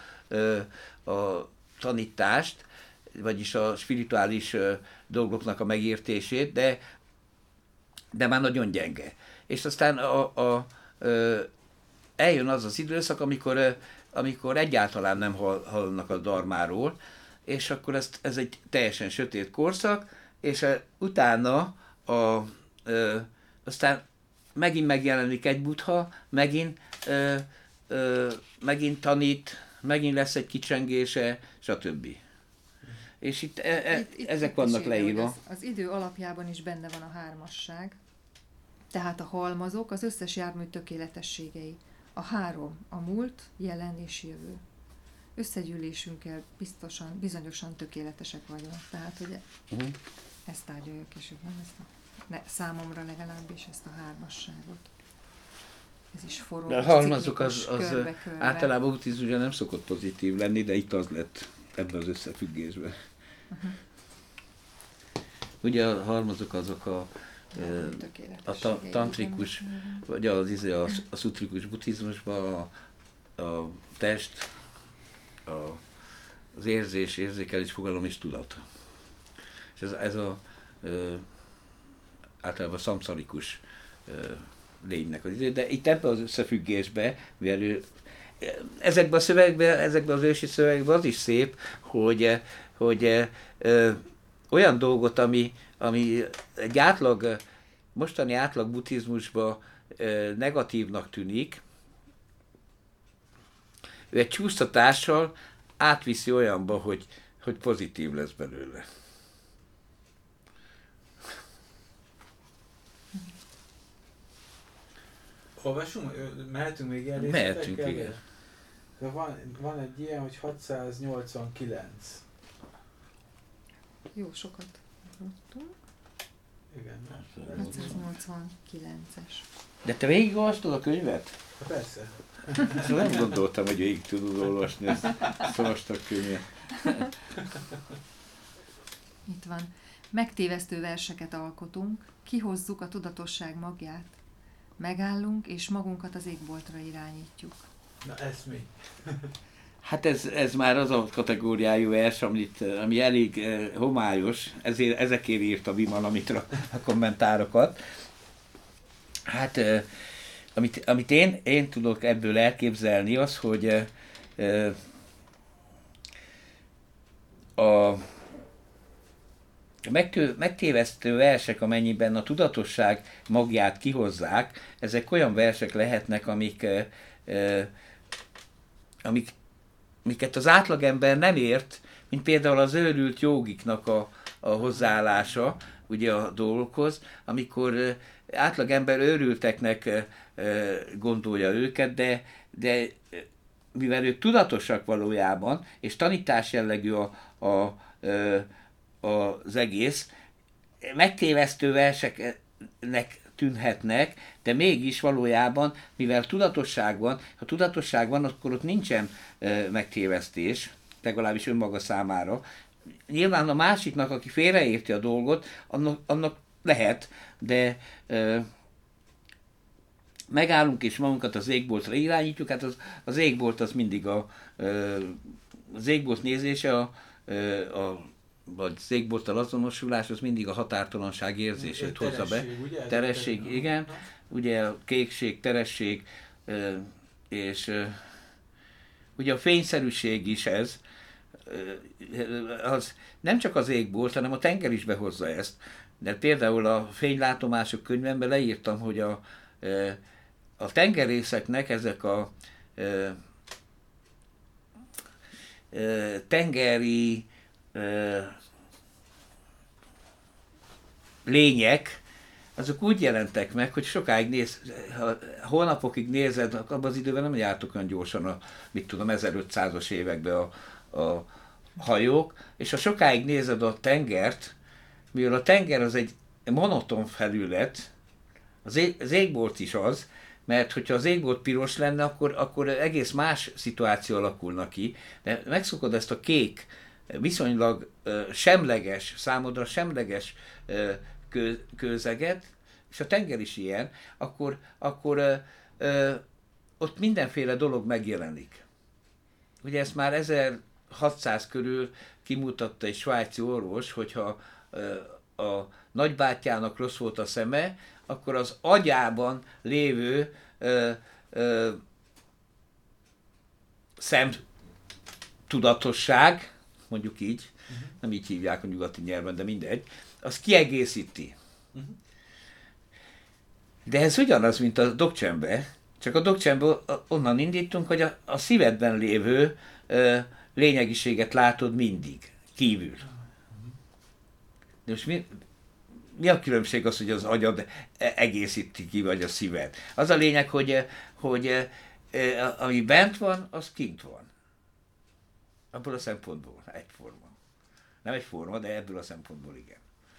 tanítást, vagyis a spirituális dolgoknak a megértését, de de már nagyon gyenge. És aztán eljön az az időszak, amikor egyáltalán nem hallanak a darmáról, és akkor ez egy teljesen sötét korszak, és utána aztán megint megjelenik egy Buddha, megint tanít, megint lesz egy kicsengése, stb. És itt ezek vannak leírva. Az idő alapjában is benne van a hármasság, tehát a halmazok az összes jármű tökéletességei. A három, a múlt, jelen és jövő. Összegyűlésünkkel bizonyosan tökéletesek vagyunk. Tehát, hogy ezt tárgyaljuk, és nem számomra legalábbis ezt a hármasságot. Ez is forró. De a halmazok az általában buddhizmusban nem szokott pozitív lenni, de itt az lett ebben az összefüggésben. Ugye a halmazok azok a tantrikus, vagy a szutrikus buddhizmusban a test, az érzés, érzékelés, fogalom és tudat. És ez általában a szamszarikus lénynek az idő, de itt ebben az összefüggésben, mivel ezekben a szövegben, ezekben az ősi szövegekben az is szép, hogy olyan dolgot, ami egy mostani átlag buddhizmusban negatívnak tűnik, ő egy csúsztatással átviszi olyanba, hogy pozitív lesz belőle. Olvasunk? Mehetünk még ilyen Mehetünk, igen. De van egy ilyen, hogy 689. Jó, sokat mondtunk. Igen. 689-es. De te végigolvastad a könyvet? Hát persze. Szóval nem gondoltam, hogy végig tudod olvasni ezt a vastag könyvet. Itt van. Megtévesztő verseket alkotunk, kihozzuk a tudatosság magját. Megállunk, és magunkat az égboltra irányítjuk. Na ez mi? Hát ez már az a kategóriájú vers, ami elég homályos, ezekért írt a Vimal Amitra a kommentárokat. Hát, amit én tudok ebből elképzelni, az, hogy a megtévesztő versek, amennyiben a tudatosság magját kihozzák, ezek olyan versek lehetnek, amiket az átlagember nem ért, mint például az őrült jógiknak a hozzáállása ugye a dolgokhoz, amikor átlagember őrülteknek gondolja őket, de mivel ők tudatosak valójában, és tanítás jellegű az egész, megtévesztő verseknek tűnhetnek, de mégis valójában, mivel tudatosság van, ha tudatosság van, akkor ott nincsen megtévesztés, legalábbis önmaga számára. Nyilván a másiknak, aki félreérti a dolgot, annak lehet, de megállunk és magunkat az égboltra irányítjuk, hát az égbolt az mindig az égbolt nézése, vagy az égbolttal azonosulás, az mindig a határtalanság érzését hozza be. Ugye? Teresség, igen. Ugye a kékség, teresség, és ugye a fényszerűség is ez, az nem csak az égbolt, hanem a tenger is behozza ezt. De például a Fénylátomások könyvemben leírtam, hogy a tengerészeknek ezek a tengeri lények, azok úgy jelentek meg, hogy sokáig hónapokig nézed, abban az időben nem jártok olyan gyorsan 1500-as években a hajók, és ha sokáig nézed a tengert, mivel a tenger az egy monoton felület, az égbolt is az, mert hogyha az égbolt piros lenne, akkor egész más szituáció alakulna ki, de megszokod ezt a kék, viszonylag semleges, számodra semleges kőzeget, és a tenger is ilyen, akkor ott mindenféle dolog megjelenik. Ugye ezt már 1600 körül kimutatta egy svájci orvos, hogyha a nagybátyjának rossz volt a szeme, akkor az agyában lévő szemtudatosság, mondjuk így, nem így hívják a nyugati nyelven, de mindegy, az kiegészíti. De ez ugyanaz, mint a Dzogchenbe, csak a Dzogchenből onnan indítunk, hogy a szívedben lévő lényegiséget látod mindig, kívül. De most mi a különbség az, hogy az agyad egészíti ki, vagy a szíved? Az a lényeg, hogy ami bent van, az kint van. Abból a szempontból egyforma. Nem egyforma, de ebből a szempontból igen.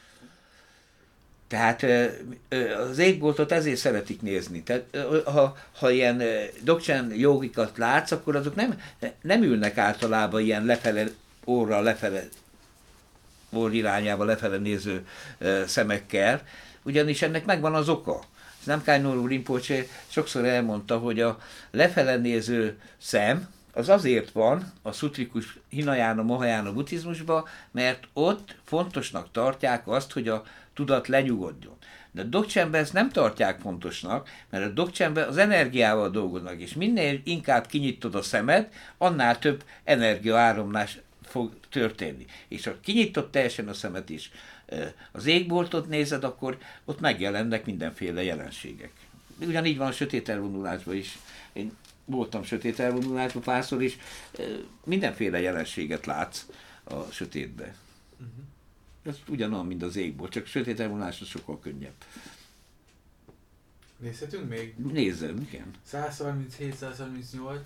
Tehát az égboltot ezért szeretik nézni. Tehát, ha ilyen Dzogchen jogikat látsz, akkor azok nem ülnek általában ilyen lefele orra, lefele orr irányába lefele néző szemekkel, ugyanis ennek megvan az oka. Namkhai Norú Rinpoche sokszor elmondta, hogy a lefele néző szem az azért van a szutrikus Hinayana, Mahayana buddhizmusban, mert ott fontosnak tartják azt, hogy a tudat lenyugodjon. De a Dzogchenben ezt nem tartják fontosnak, mert a Dzogchenben az energiával dolgoznak, és minél inkább kinyitod a szemed, annál több energiaáramlás fog történni. És ha kinyitod teljesen a szemet is, az égboltot nézed, akkor ott megjelennek mindenféle jelenségek. Ugyanígy van a sötét elvonulásban is. Én voltam sötét elvonulásban párszor is, mindenféle jelenséget látsz a sötétbe. Ez ugyanolyan, mint az égbolt, csak sötét elvonulás az sokkal könnyebb. Nézhetünk még? Nézzem, igen. 137-138.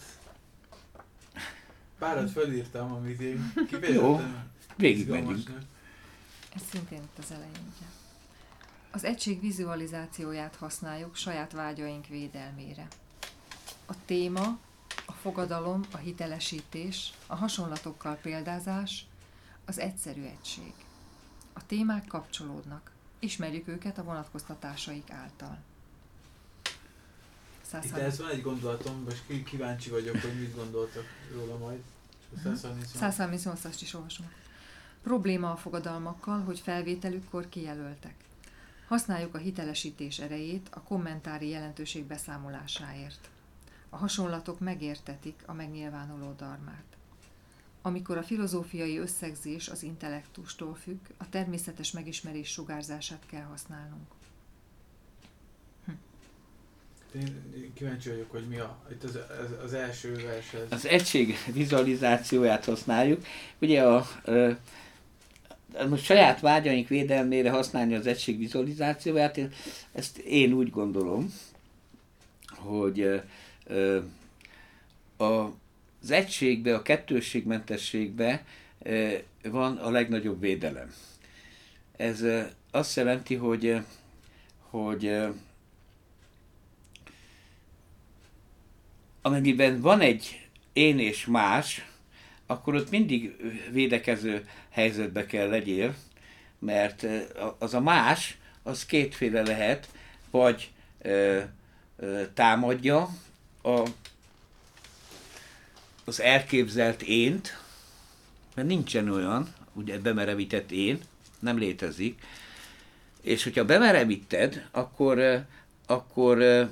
Párat fölírtam, amit én Jó, végigmegyünk. Ez szintén itt az elején, ugye. Az egység vizualizációját használjuk saját vágyaink védelmére. A téma, a fogadalom, a hitelesítés, a hasonlatokkal példázás, az egyszerű egység. A témák kapcsolódnak. Ismerjük őket a vonatkoztatásaik által. Itt ez van egy gondolatom, most kíváncsi vagyok, hogy mit gondoltak róla majd. 138-ast is olvasunk. Probléma a fogadalmakkal, hogy felvételükkor kijelöltek. Használjuk a hitelesítés erejét a kommentári jelentőség beszámolásáért. A hasonlatok megértetik a megnyilvánuló dharmát. Amikor a filozófiai összegzés az intellektustól függ, a természetes megismerés sugárzását kell használnunk. Én kíváncsi vagyok, hogy mi itt az első vers. Az egység vizualizációját használjuk. Ugye most saját vágyaink védelmére használni az egység vizualizációját, ezt én úgy gondolom, hogy az egységbe, a kettősségmentességbe van a legnagyobb védelem. Ez azt jelenti, hogy amennyiben van egy én és más, akkor ott mindig védekező helyzetbe kell legyél, mert az a más, az kétféle lehet, vagy támadja az elképzelt ént, mert nincsen olyan, ugye bemerevített én, nem létezik, és hogyha bemerevíted, akkor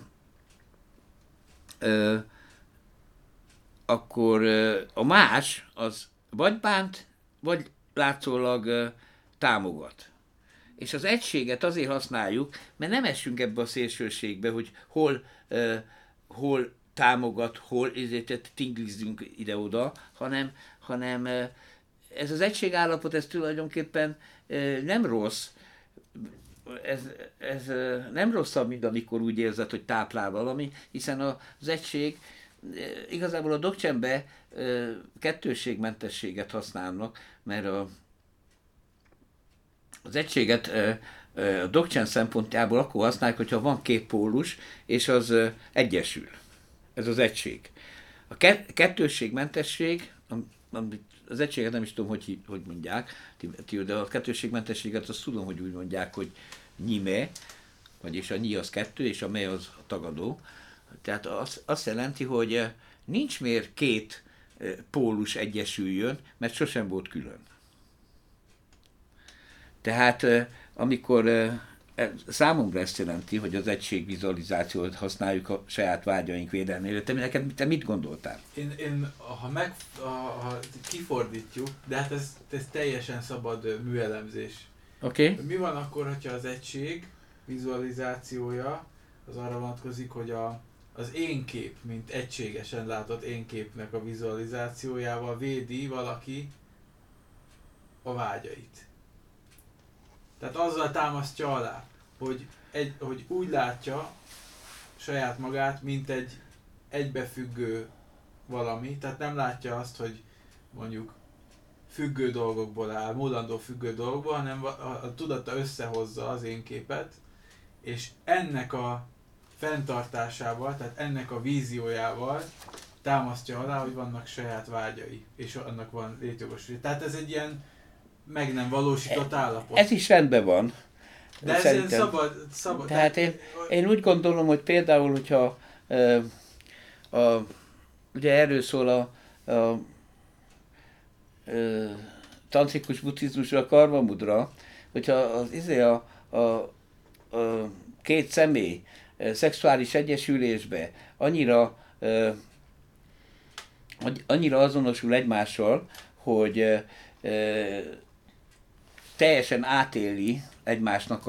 a más az vagy bánt, vagy látszólag támogat. És az egységet azért használjuk, mert nem essünk ebbe a szélsőségbe, hogy hol támogat, hol ezért tinglizzünk ide-oda, hanem ez az egységállapot, ez tulajdonképpen nem rossz. Ez nem rosszabb, mint amikor úgy érzed, hogy táplál valami, hiszen az egység igazából a Dzogchenbe kettősségmentességet használnak, mert az egységet a Dzogchen szempontjából akkor használják, hogyha van két pólus, és az egyesül. Ez az egység. A kettősségmentesség, az egységet nem is tudom, hogy mondják, de a kettősségmentességet azt tudom, hogy úgy mondják, hogy nyime, vagyis a nyi az kettő, és a me az a tagadó. Tehát azt jelenti, hogy nincs miért két pólus egyesüljön, mert sosem volt külön. Tehát amikor számomra ezt jelenti, hogy az egységvizualizációt használjuk a saját vágyaink védelmére. Te mit gondoltál? Ha kifordítjuk, de hát ez teljesen szabad műelemzés. Oké. Mi van akkor, hogyha az egység vizualizációja az arra vonatkozik, hogy az én kép, mint egységesen látott én képnek a vizualizációjával védi valaki a vágyait. Tehát azzal támasztja alá, hogy úgy látja saját magát, mint egy egybefüggő valami, tehát nem látja azt, hogy mondjuk függő dolgokból áll, múlandó függő dolgokból, hanem a tudata összehozza az én képet, és ennek a fenntartásával, tehát ennek a víziójával támasztja alá, hogy vannak saját vágyai, és annak van létjogosultsága. Tehát ez egy ilyen meg nem valósított állapot. Ez is rendben van. De ez ilyen szabad. Tehát én úgy gondolom, hogy például, hogyha ugye erről szól a tantrikus buddhizmusra, a karma mudra, hogyha a két személy szexuális egyesülésbe annyira azonosul egymással, hogy teljesen átéli egymásnak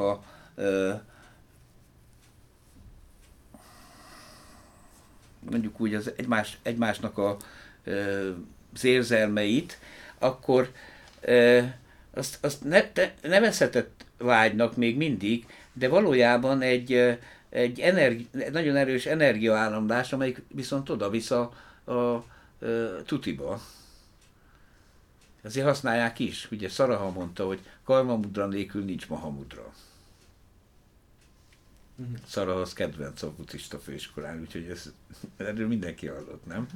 mondjuk úgy egymásnak az érzelmeit, akkor azt nevezhetett vágynak még mindig, de valójában egy nagyon erős energiaáramlás, amelyik viszont oda-visz a tutiba. Ezért használják is. Ugye Szaraha mondta, hogy karma mudra nélkül nincs mahamudra. Szaraha az kedvenc a buddhista főiskolán, úgyhogy erről mindenki hallott, nem?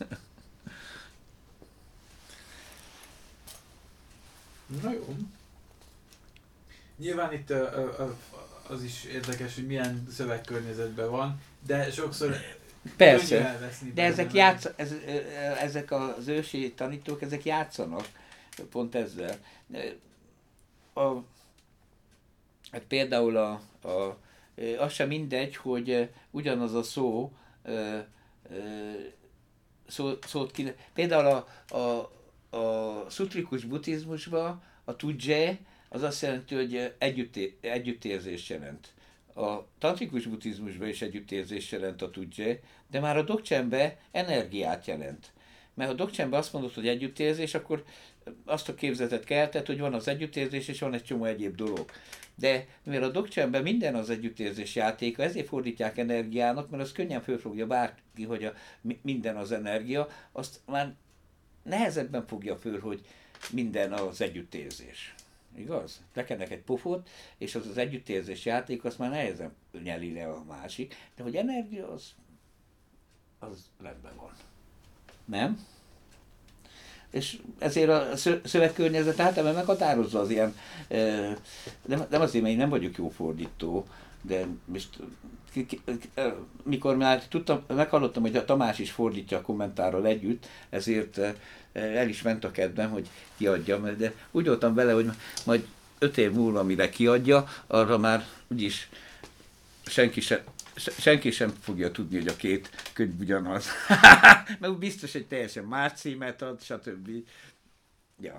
Na jó. Nyilván itt az is érdekes, hogy milyen szövegkörnyezetben van, de sokszor persze, de ezek az ősi tanítók, ezek játszanak pont ezzel. Hát például az sem mindegy, hogy ugyanaz a szót például a szutrikus buddhizmusban a tujje az azt jelenti, hogy együttérzést jelent. A tantrikus buddhizmusban is együttérzést jelent a tujje, de már a dokcsenben energiát jelent. Mert ha dokcsenben azt mondod, hogy együttérzés, akkor azt a képzetet keltett, hogy van az együttérzés, és van egy csomó egyéb dolog. De mivel a dokcsenben minden az együttérzés játéka, ezért fordítják energiának, mert az könnyen fölfogja bárki, hogy minden az energia, azt már nehezebben fogja föl, hogy minden az együttérzés. Igaz? Lekennek egy pofot, és az együttérzés játék, azt már nehezen nyeli le a másik, de hogy energia, az rendben van. Nem? És ezért a szövegkörnyezet általában meghatározza az ilyen, nem azért, mert én nem vagyok jó fordító, de most mikor már meghallottam, hogy a Tamás is fordítja a kommentárral együtt, ezért el is ment a kedvem, hogy kiadjam, de úgy voltam vele, hogy majd 5 év múlva, mire kiadja, arra már úgyis senki sem fogja tudni, hogy a két könyv ugyanaz. Mert biztos, hogy teljesen más címet ad, stb. Ja.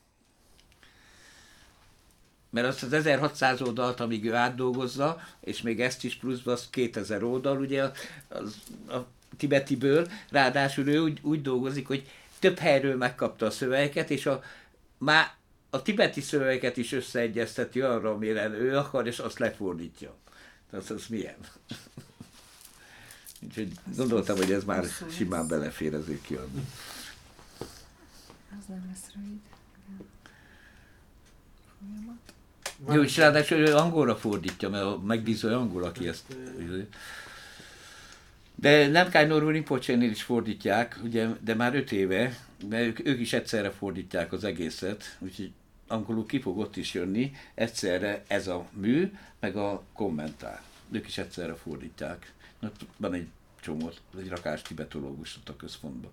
Mert azt az 1600 oldalt, amíg ő átdolgozza, és még ezt is pluszban, az 2000 oldal, ugye a tibetiből, ráadásul ő úgy dolgozik, hogy több helyről megkapta a szövegeket, és a tibeti szövegeket is összeegyezteti arra, amire ő akar, és azt lefordítja. Az milyen? Úgyhogy gondoltam, hogy ez már simán belefér ezért kiadni. Az nem lesz rövid. Folyamat. Jó, és ráadásul ő angolra fordítja, mert a megbízó angol, aki ezt... De Nemkai Norvú Rinpocsénél is fordítják, ugye, de már 5 éve, mert ők is egyszerre fordítják az egészet, úgyhogy angolul ki fog ott is jönni, egyszerre ez a mű, meg a kommentár. Ők is egyszerre fordítják. Van egy csomó, egy rakás tibetológus ott a központban.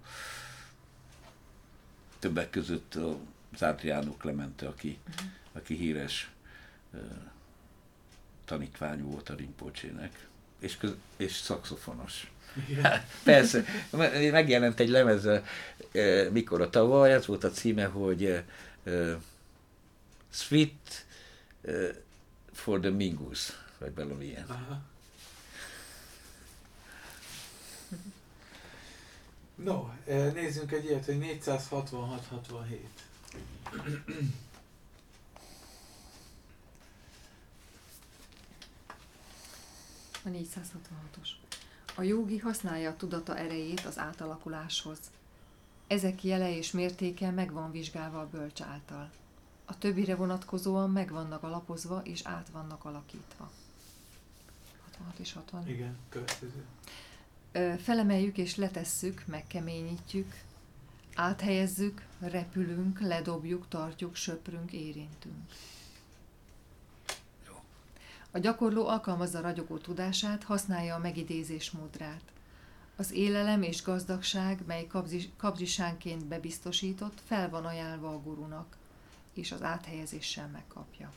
Többek között az Adriano Clemente, aki híres tanítvány volt a Rinpoche-nek, és szaxofonos. Hát, persze, megjelent egy lemez, mikor a tavaly, ez volt a címe, hogy Sweet for the Mingus, vagy valami ilyen. Aha. No, nézzünk egy ilyet, hogy 466-67. A 466-os. A jógi használja a tudata erejét az átalakuláshoz. Ezek jele és mértéke meg van vizsgálva a bölcs által. A többire vonatkozóan meg vannak alapozva és át vannak alakítva. 66 és 60. Igen, következő. Felemeljük és letesszük, megkeményítjük, áthelyezzük, repülünk, ledobjuk, tartjuk, söprünk, érintünk. A gyakorló alkalmazza ragyogó tudását, használja a megidézés módrát. Az élelem és gazdagság, mely kapzsisánként bebiztosított, fel van ajánlva a gurunak, és az áthelyezéssel megkapja.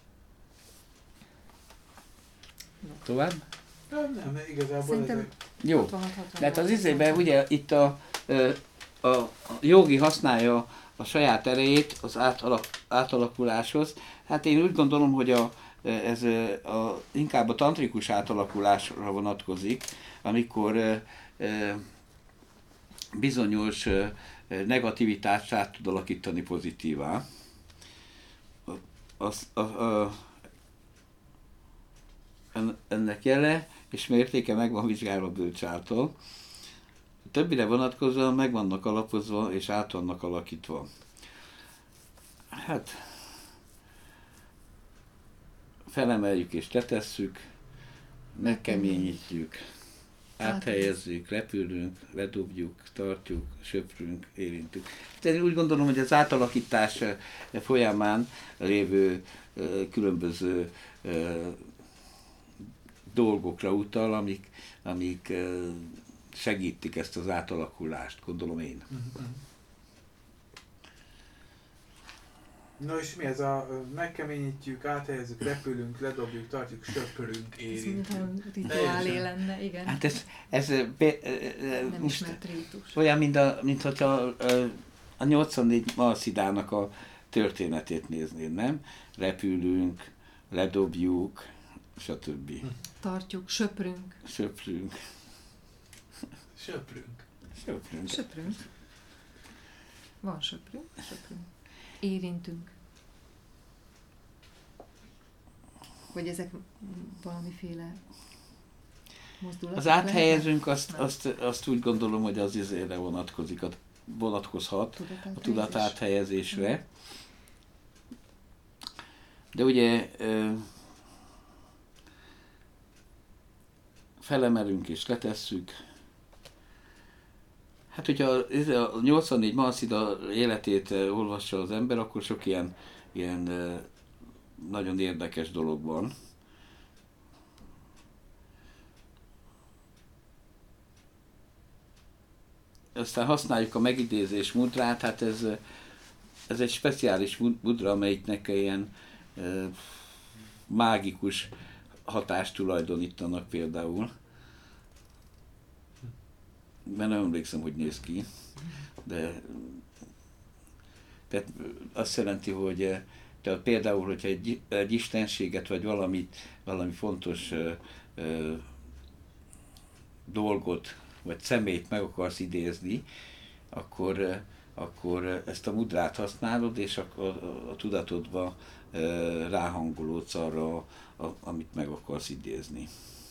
Tovább? Nem, igazából Szerintem ezek... Jó. 66-66. Mert az izében ugye itt a jogi használja a saját erejét az átalakuláshoz. Hát én úgy gondolom, hogy ez inkább a tantrikus átalakulásra vonatkozik, amikor bizonyos negativitást át tud alakítani pozitívá. Ennek jele és mértéke meg van vizsgálva a bölcs által. Többire vonatkozóan meg vannak alapozva és át vannak alakítva. Hát felemeljük és letesszük, megkeményítjük, áthelyezzük, repülünk, ledobjuk, tartjuk, söprünk, érintünk. Én úgy gondolom, hogy az átalakítás folyamán lévő különböző dolgokra utal, amik segítik ezt az átalakulást, gondolom én. No és mi ez a megkeményítjük, áthelyezzük, repülünk, ledobjuk, tartjuk, söpörünk, érintünk. Ez mintha rituálé lenne, igen. Hát ez Nem most ismert rítus. olyan, mint hogyha a 84 Malszidának a történetét néznéd, nem? Repülünk, ledobjuk, stb. Tartjuk, söprünk. Söprünk. Söprünk. Söprünk. Söprünk. Van söprünk, söprünk. Érintünk. Vagy ezek valamiféle mozdulatok? Az áthelyezünk, azt úgy gondolom, hogy az izére vonatkozhat, a tudat áthelyezésre. De ugye felemelünk és letesszük. Hát, hogyha a 84 Malszida életét olvassa az ember, akkor sok ilyen nagyon érdekes dolog van. Aztán használjuk a megidézés mudrát, hát ez egy speciális mudra, amelyiknek ilyen mágikus hatást tulajdonítanak például. Mert nem emlékszem, hogy néz ki, de tehát azt jelenti, hogy tehát például, hogyha egy istenséget, vagy valami fontos dolgot, vagy személyt meg akarsz idézni, akkor ezt a mudrát használod, és a tudatodba ráhangolódsz arra, amit meg akarsz idézni.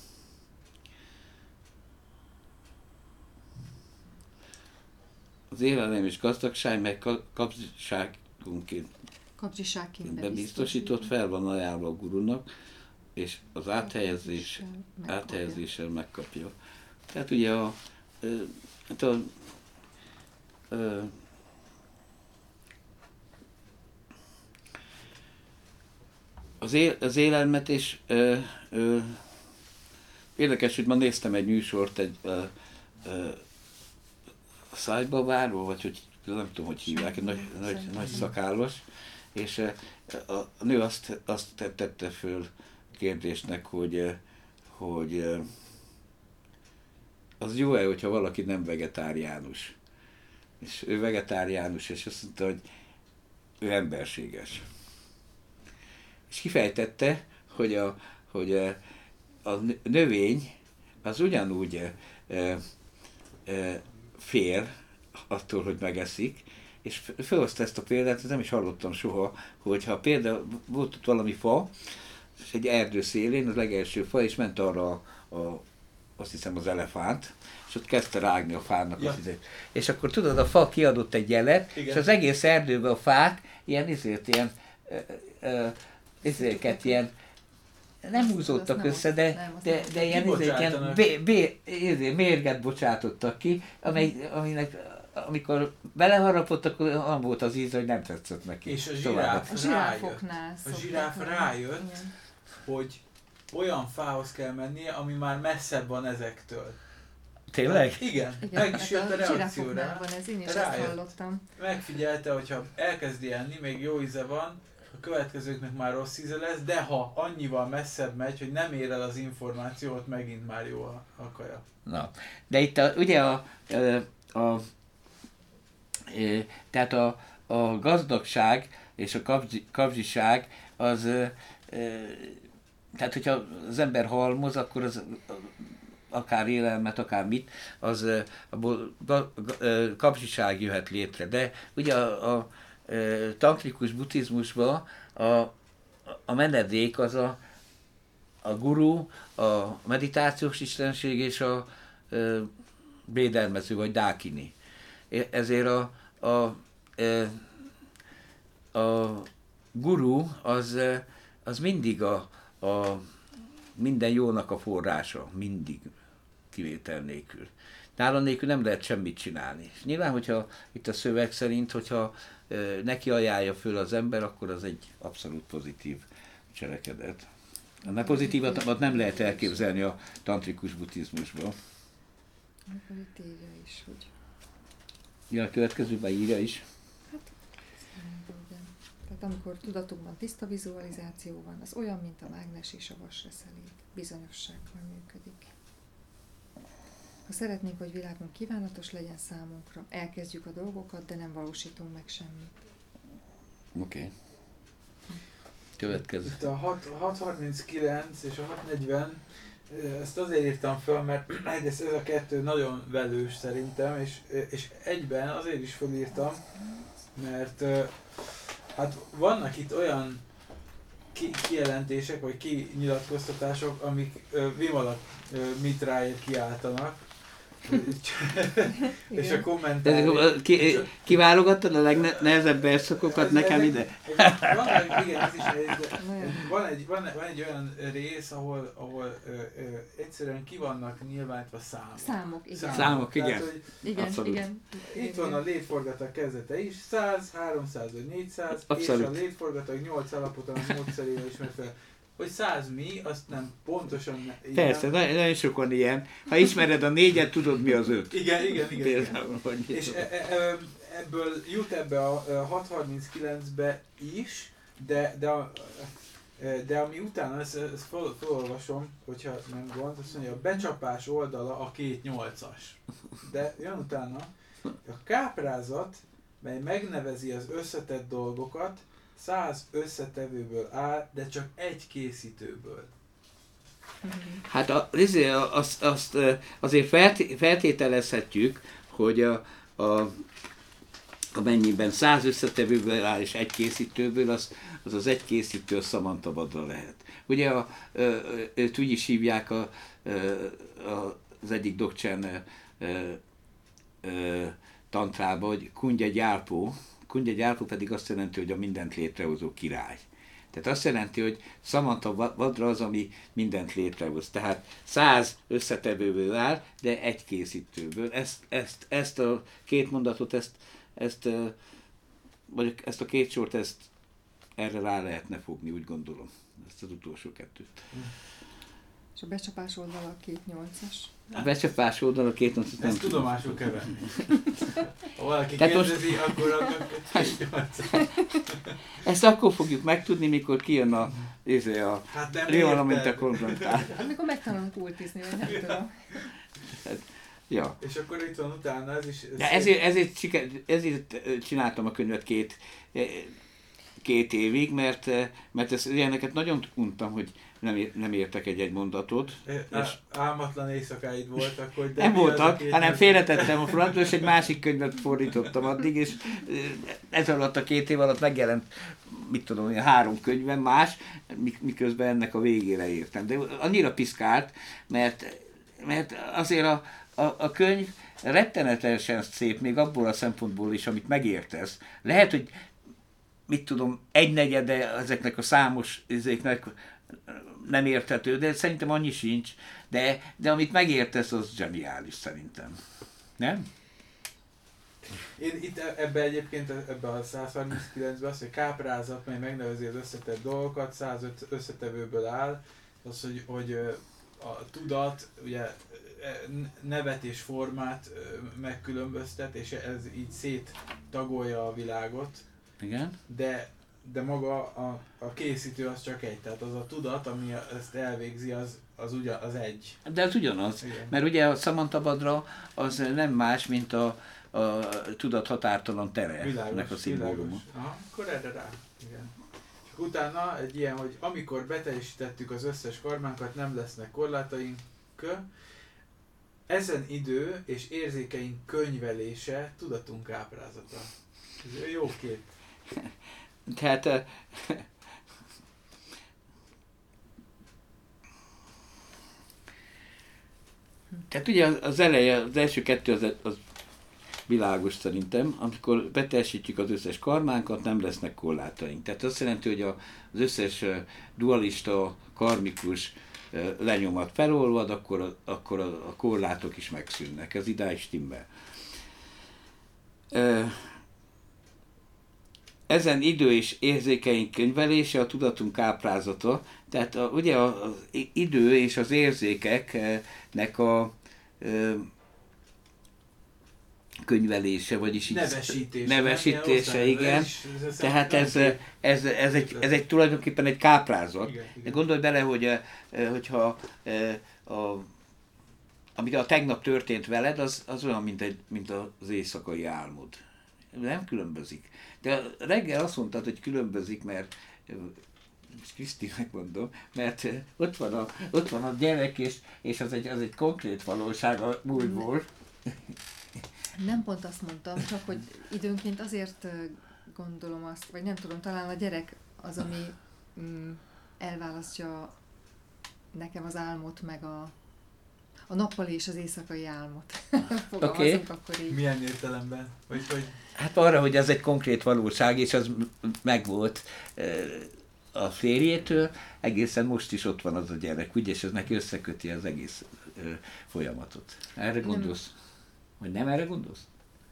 Az élelem és gazdagság, meg kapzsiságként bebiztosított, fel van ajánlva a gurunak, és az áthelyezéssel megkapja. Tehát ugye az élelmet is érdekes, hogy ma néztem egy műsort, egy Szájbabáról, vagy hogy nem tudom, hogy hívják, egy nagy szakállas, És a nő azt tette föl kérdésnek, hogy az jó-e, hogyha valaki nem vegetáriánus. És ő vegetáriánus, és azt mondta, hogy ő emberséges. És kifejtette, hogy a növény az ugyanúgy fél attól, hogy megeszik, és felhozta ezt a példát, nem is hallottam soha, hogyha például volt ott valami fa, és egy erdő szélén, az legelső fa, és ment arra azt hiszem az elefánt, és ott kezdte rágni a fának az izét. És akkor tudod, a fa kiadott egy jelet, igen. És az egész erdőben a fák ilyen nem húzódtak össze, de ilyen mérget bocsátottak ki, aminek amikor beleharapott, akkor olyan volt az íz, hogy nem tetszett neki. És a zsiráf rájött, hogy olyan fához kell mennie, ami már messzebb van ezektől. Tényleg? Igen, meg is jött a reakció rá. Ez én is ezt hallottam. Megfigyelte, hogyha elkezdi enni, még jó íze van, a következőknek már rossz íze lesz, de ha annyival messzebb megy, hogy nem ér el az információt, megint már jó a kaja. Na, de itt tehát a gazdagság és a kapzsiság az, tehát hogyha az ember halmoz, akkor az akár élelmet, akár mit, az abból kapzsiság jöhet létre. De ugye a tantrikus buddhizmusban a menedék az a guru, a meditációs istenség és a védelmező vagy dákini. Ezért a guru az mindig a minden jónak a forrása, mindig kivétel nélkül. Nála nélkül nem lehet semmit csinálni. És nyilván, hogyha itt a szöveg szerint, hogyha neki ajánlja föl az ember, akkor az egy abszolút pozitív cselekedet. A pozitívat nem lehet elképzelni a tantrikus buddhizmusban. Akkor itt írja is, hogy... Ja, a következőben írja is. Hát, igen. Tehát amikor tudatunkban tiszta vizualizáció van, az olyan, mint a mágnes és a vasreszelék. Bizonyossággal működik. Ha szeretnénk, hogy világunk kívánatos legyen számunkra, elkezdjük a dolgokat, de nem valósítunk meg semmit. Oké. Következő. Itt a 639 és a 640, ezt azért írtam fel, mert ez a kettő nagyon velős szerintem, és egyben azért is felírtam, mert hát vannak itt olyan kijelentések, vagy kinyilatkoztatások, amik Vimala Mitráért kiáltanak, és a kommentárok. Kiválogattad a legnehezebb verszakokat nekem ide? Van egy olyan rész, ahol egyszerűen ki vannak nyilvánítva számok. Számok, igen. Tehát, igen. Itt van a létforgatag kezdete is, 100, 300 vagy 400, abszolút. És a létforgatag 8 alapotalan módszerével ismert fel. Hogy 100 mi, azt nem pontosan... Persze, nagyon sokan ilyen. Ha ismered a 4-et, tudod mi az 5. Igen. És ebből jut ebbe a 639-be is, de ami utána, ezt felolvasom, hogyha nem gond, azt mondja, a becsapás oldala a 2.8-as. De jön utána, a káprázat, mely megnevezi az összetett dolgokat, 100 összetevőből áll, de csak egy készítőből. Hát azt azért feltételezhetjük, hogy amennyiben 100 összetevőből áll és egy készítőből, az egy készítő Samantabhadra lehet. Ugye őt úgy is hívják az egyik Dzogchen tantrába, hogy Kundya Gyálpó. Kundya Gyálpó pedig azt jelenti, hogy a mindent létrehozó király. Tehát azt jelenti, hogy Samantabhadra az, ami mindent létrehoz. Tehát 100 összetevőből áll, de egy készítőből. Ezt a két mondatot, vagy ezt a két sort, erre rá lehetne fogni, úgy gondolom. Ezt az utolsó kettőt. És a becsapás oldala a 2.8-as. A becsapás oldal a 2.8-as. Ezt tudomásul kell venni. Ha valaki Tehát kérdezi, akkor a 2.8-as. Ezt akkor fogjuk megtudni, mikor kijön a Hát nem Riona, mint a érted. konfrontál. Amikor megtanulunk ultizni, vagy nem tudom. Ja. És akkor itt van utána ez is. De ezért csináltam a könyvet két évig, mert ezt ilyeneket nagyon untam, hogy nem értek egy mondatot. Álmatlan éjszakáid voltak, hogy... De nem mi az voltak, a hanem félretettem a frontra, és egy másik könyvet fordítottam addig, és ez alatt a 2 év alatt megjelent, mit tudom, 3 könyvem más, miközben ennek a végére értem. De annyira piszkált, mert azért a könyv rettenetesen szép, még abból a szempontból is, amit megértesz. Lehet, hogy mit tudom, 1/4 ezeknek a számos izéknek nem érthető, de szerintem annyi sincs, de amit megértesz, az zseniális szerintem. Nem? Én itt ebbe egyébként, ebbe a 139-ben az, hogy káprázat, mely megnevezi az összetett dolgokat, 105 összetevőből áll, az, hogy a tudat, ugye nevet és formát megkülönböztet, és ez így széttagolja a világot. Igen. De maga a készítő az csak egy, tehát az a tudat, ami ezt elvégzi, az egy. De az ugyanaz, Igen. mert ugye a Samantabhadra az nem más, mint a tudat határtalan tere-nek a szimbóluma. Akkor erre rá. Igen. És utána egy ilyen, hogy amikor beteljesítettük az összes karmánkat, nem lesznek korlátaink, ezen idő és érzékeink könyvelése tudatunk ábrázata. Ez jó kép. Tehát tehát ugye az eleje, az első 2 az világos szerintem, amikor beteljesítjük az összes karmánkat, nem lesznek korlátaink. Tehát azt jelenti, hogy az összes dualista, karmikus lenyomat felolvad, akkor a korlátok is megszűnnek. Ez idáig stimmel. Ezen idő és érzékeink könyvelése a tudatunk ábrázata, tehát ugye az idő és az érzékeknek a könyvelése, vagyis nevesítése, igen. Tehát ez egy tulajdonképpen egy káprázat. Igen. Gondolj bele, hogyha amit a tegnap történt veled, az olyan, mint az éjszakai álmod. Nem különbözik. De reggel azt mondtad, hogy különbözik, mert Kriszti megmondom, mert ott van a gyerek, és az egy konkrét valóság a múltból. Nem pont azt mondtam, csak hogy időnként azért gondolom azt, vagy nem tudom, talán a gyerek az, ami elválasztja nekem az álmot, meg a nappali és az éjszakai álmot. Fogalmazunk akkor így. Milyen értelemben? Hogy... Hát arra, hogy ez egy konkrét valóság, és az megvolt a férjétől, egészen most is ott van az a gyerek, ugye, és ez neki összeköti az egész folyamatot. Erre gondolsz? Vagy nem erre gondolsz?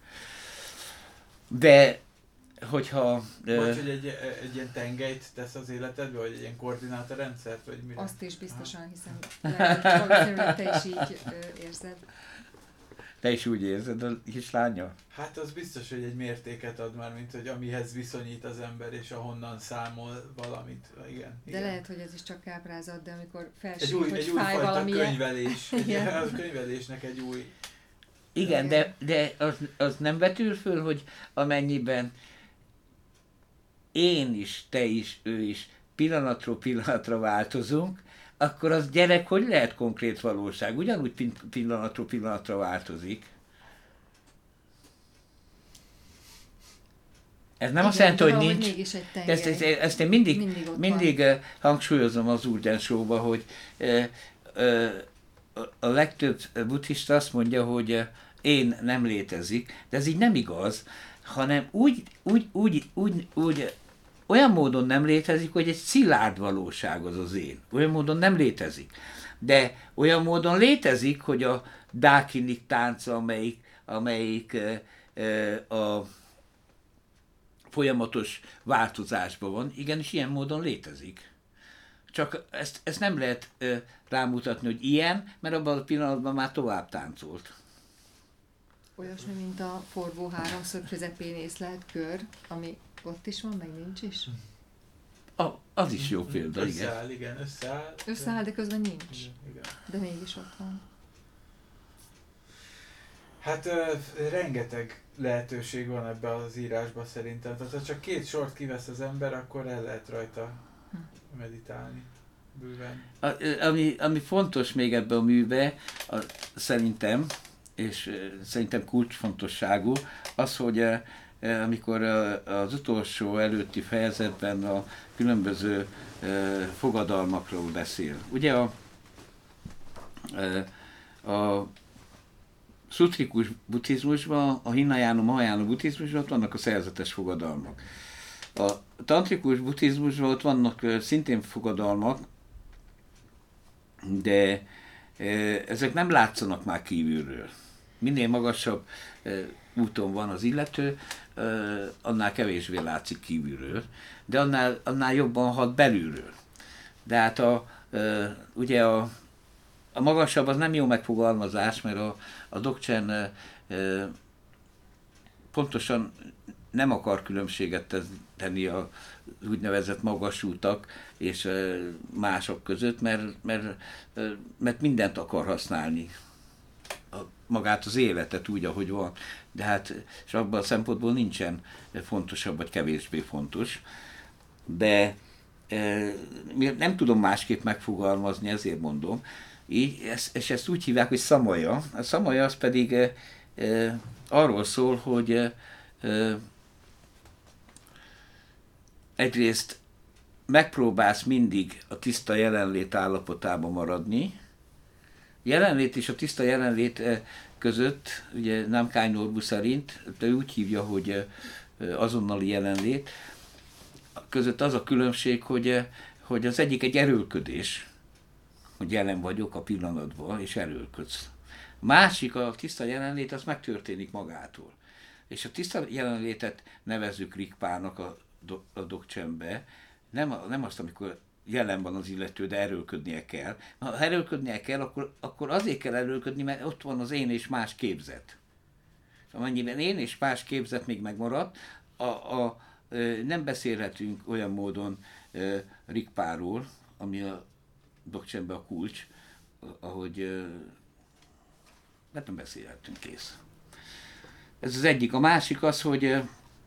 De, hogyha... Vagy, hogy egy ilyen tengelyt tesz az életedbe, vagy egy ilyen koordinátorrendszert, vagy mire? Azt is biztosan, hiszen lehet, hogy valószínűleg te is így érzed. Te is úgy érzed a kislánya? Hát az biztos, hogy egy mértéket ad már, mint hogy amihez viszonyít az ember, és ahonnan számol valamit. Igen. De lehet, hogy ez is csak káprázat, de amikor egy felsül, hogy fáj valami. könyvelés. A könyvelésnek egy új... Igen, de az nem vetül föl, hogy amennyiben én is, te is, ő is pillanatról pillanatra változunk, akkor az gyerek hogy lehet konkrét valóság? Ugyanúgy pillanatról pillanatra változik. Ez nem azt jelenti, hogy nincs. Ezt én mindig hangsúlyozom az Urgyen Show-ba, hogy a legtöbb buddhista azt mondja, hogy én nem létezik, de ez így nem igaz, hanem úgy olyan módon nem létezik, hogy egy szilárd valóság az én. Olyan módon nem létezik. De olyan módon létezik, hogy a dákinik tánca, amelyik a folyamatos változásban van, igenis ilyen módon létezik. csak ezt nem lehet rámutatni, hogy ilyen, mert abban a pillanatban már tovább táncolt. Olyasmi, mint a forgó háromszög közepén észlelt kör, ami ott is van, meg nincs is. Az is jó példa, igen. Összeáll, igen, összeáll. Összeáll, de közben nincs. Igen. De mégis ott van. Hát rengeteg lehetőség van ebbe az írásba szerintem. Tehát ha csak 2 sort kivesz az ember, akkor el lehet rajta meditálni bőven. Ami fontos még ebbe a műbe, szerintem, és szerintem kulcsfontosságú, az, hogy amikor az utolsó előtti fejezetben a különböző fogadalmakról beszél. Ugye a szutrikus buddhizmusban, a Hinayana Mahayana buddhizmusban ott vannak a szerzetes fogadalmak. A tantrikus buddhizmusban ott vannak szintén fogadalmak, de ezek nem látszanak már kívülről. Minél magasabb úton van az illető, annál kevésbé látszik kívülről, de annál jobban hat belülről. De hát ugye a magasabb az nem jó megfogalmazás, mert a Dzogchen pontosan nem akar különbséget tenni az úgynevezett magas útak és mások között, mert mindent akar használni. Magát az életet úgy, ahogy van. De hát, és abban a szempontból nincsen fontosabb vagy kevésbé fontos. De nem tudom másképp megfogalmazni, ezért mondom. És ezt úgy hívják, hogy szamaja. A szamaja az pedig arról szól, hogy egyrészt megpróbálsz mindig a tiszta jelenlét állapotában maradni. Jelenlét és a tiszta jelenlét között, ugye Namkhai Norbu szerint, de úgy hívja, hogy azonnali jelenlét, között az a különbség, hogy az egyik egy erőlködés, hogy jelen vagyok a pillanatban, és erőlködsz. A másik, a tiszta jelenlét, az megtörténik magától. És a tiszta jelenlétet nevezzük Rigpának a Dzogchenbe, nem azt, amikor jelen van az illető, de erőlködnie kell. Ha erőlködnie kell, akkor azért kell erőlködni, mert ott van az én és más képzet. Amennyiben én és más képzet még megmaradt, nem beszélhetünk olyan módon Rigpáról, ami a Dzogchenbe a kulcs, ahogy nem beszélhetünk, kész. Ez az egyik. A másik az, hogy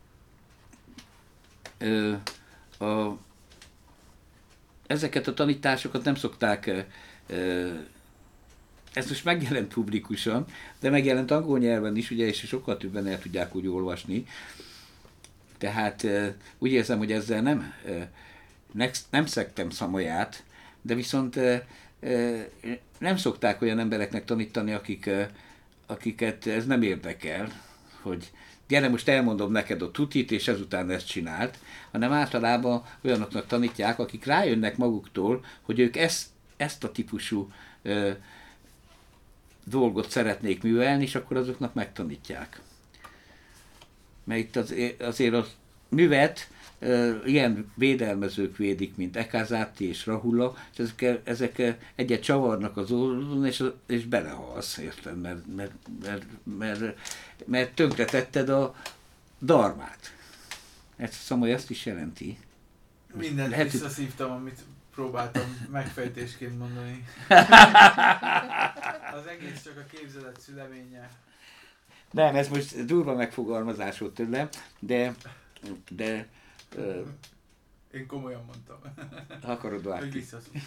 ezeket a tanításokat nem szokták, ez most megjelent publikusan, de megjelent angol nyelven is, ugye, és sokkal többen el tudják úgy olvasni. Tehát úgy érzem, hogy ezzel nem szektem szamaját, de viszont nem szokták olyan embereknek tanítani, akiket ez nem érdekel, hogy gyere, most elmondom neked a tutit, és ezután ezt csinált, hanem általában olyanoknak tanítják, akik rájönnek maguktól, hogy ők ezt a típusú dolgot szeretnék művelni, és akkor azoknak megtanítják. Mert itt azért a művet ilyen védelmezők védik, mint Ekazati és Rahula, és ezek egyet csavarnak az oldalon, és belehalsz, érted? Mert tönkretetted a dharmát. Ezt is jelenti. Mindent visszaszívtam, amit próbáltam megfejtésként mondani. Az egész csak a képzelet szüleménye. Nem, ez most durva megfogalmazás volt tőlem, de én komolyan mondtam. Akarod vágni. Hogy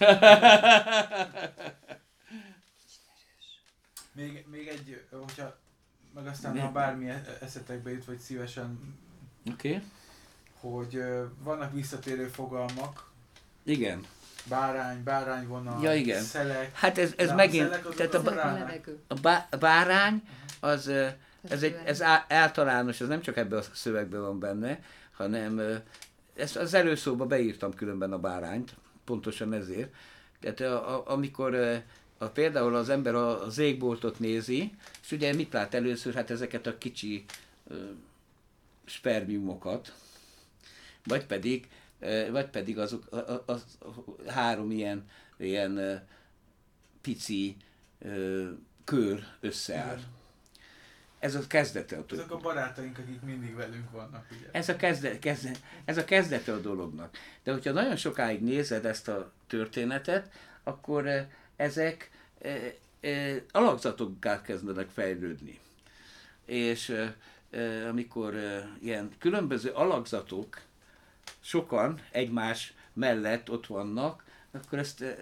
még egy, hogyha meg aztán ha bármi eszetekbe jut, vagy szívesen, hogy vannak visszatérő fogamak. Igen. Bárányvonal, ja, igen. szelek. Hát ez megint, tehát a bárány, ez általános, ez nem csak ebben a szövegben van benne, hanem ezt az előszóba beírtam különben a bárányt, pontosan ezért. Tehát amikor például az ember az égboltot nézi, és ugye mit lát először? Hát ezeket a kicsi spermiumokat, vagy pedig vagy pedig azok az 3 ilyen pici kör összeáll. Ez a kezdete. Ezek a barátaink, akik mindig velünk vannak, ugye? Ez a kezdete a dolognak. De hogyha nagyon sokáig nézed ezt a történetet, akkor ezek alakzatokká kezdenek fejlődni. És amikor ilyen különböző alakzatok sokan egymás mellett ott vannak, akkor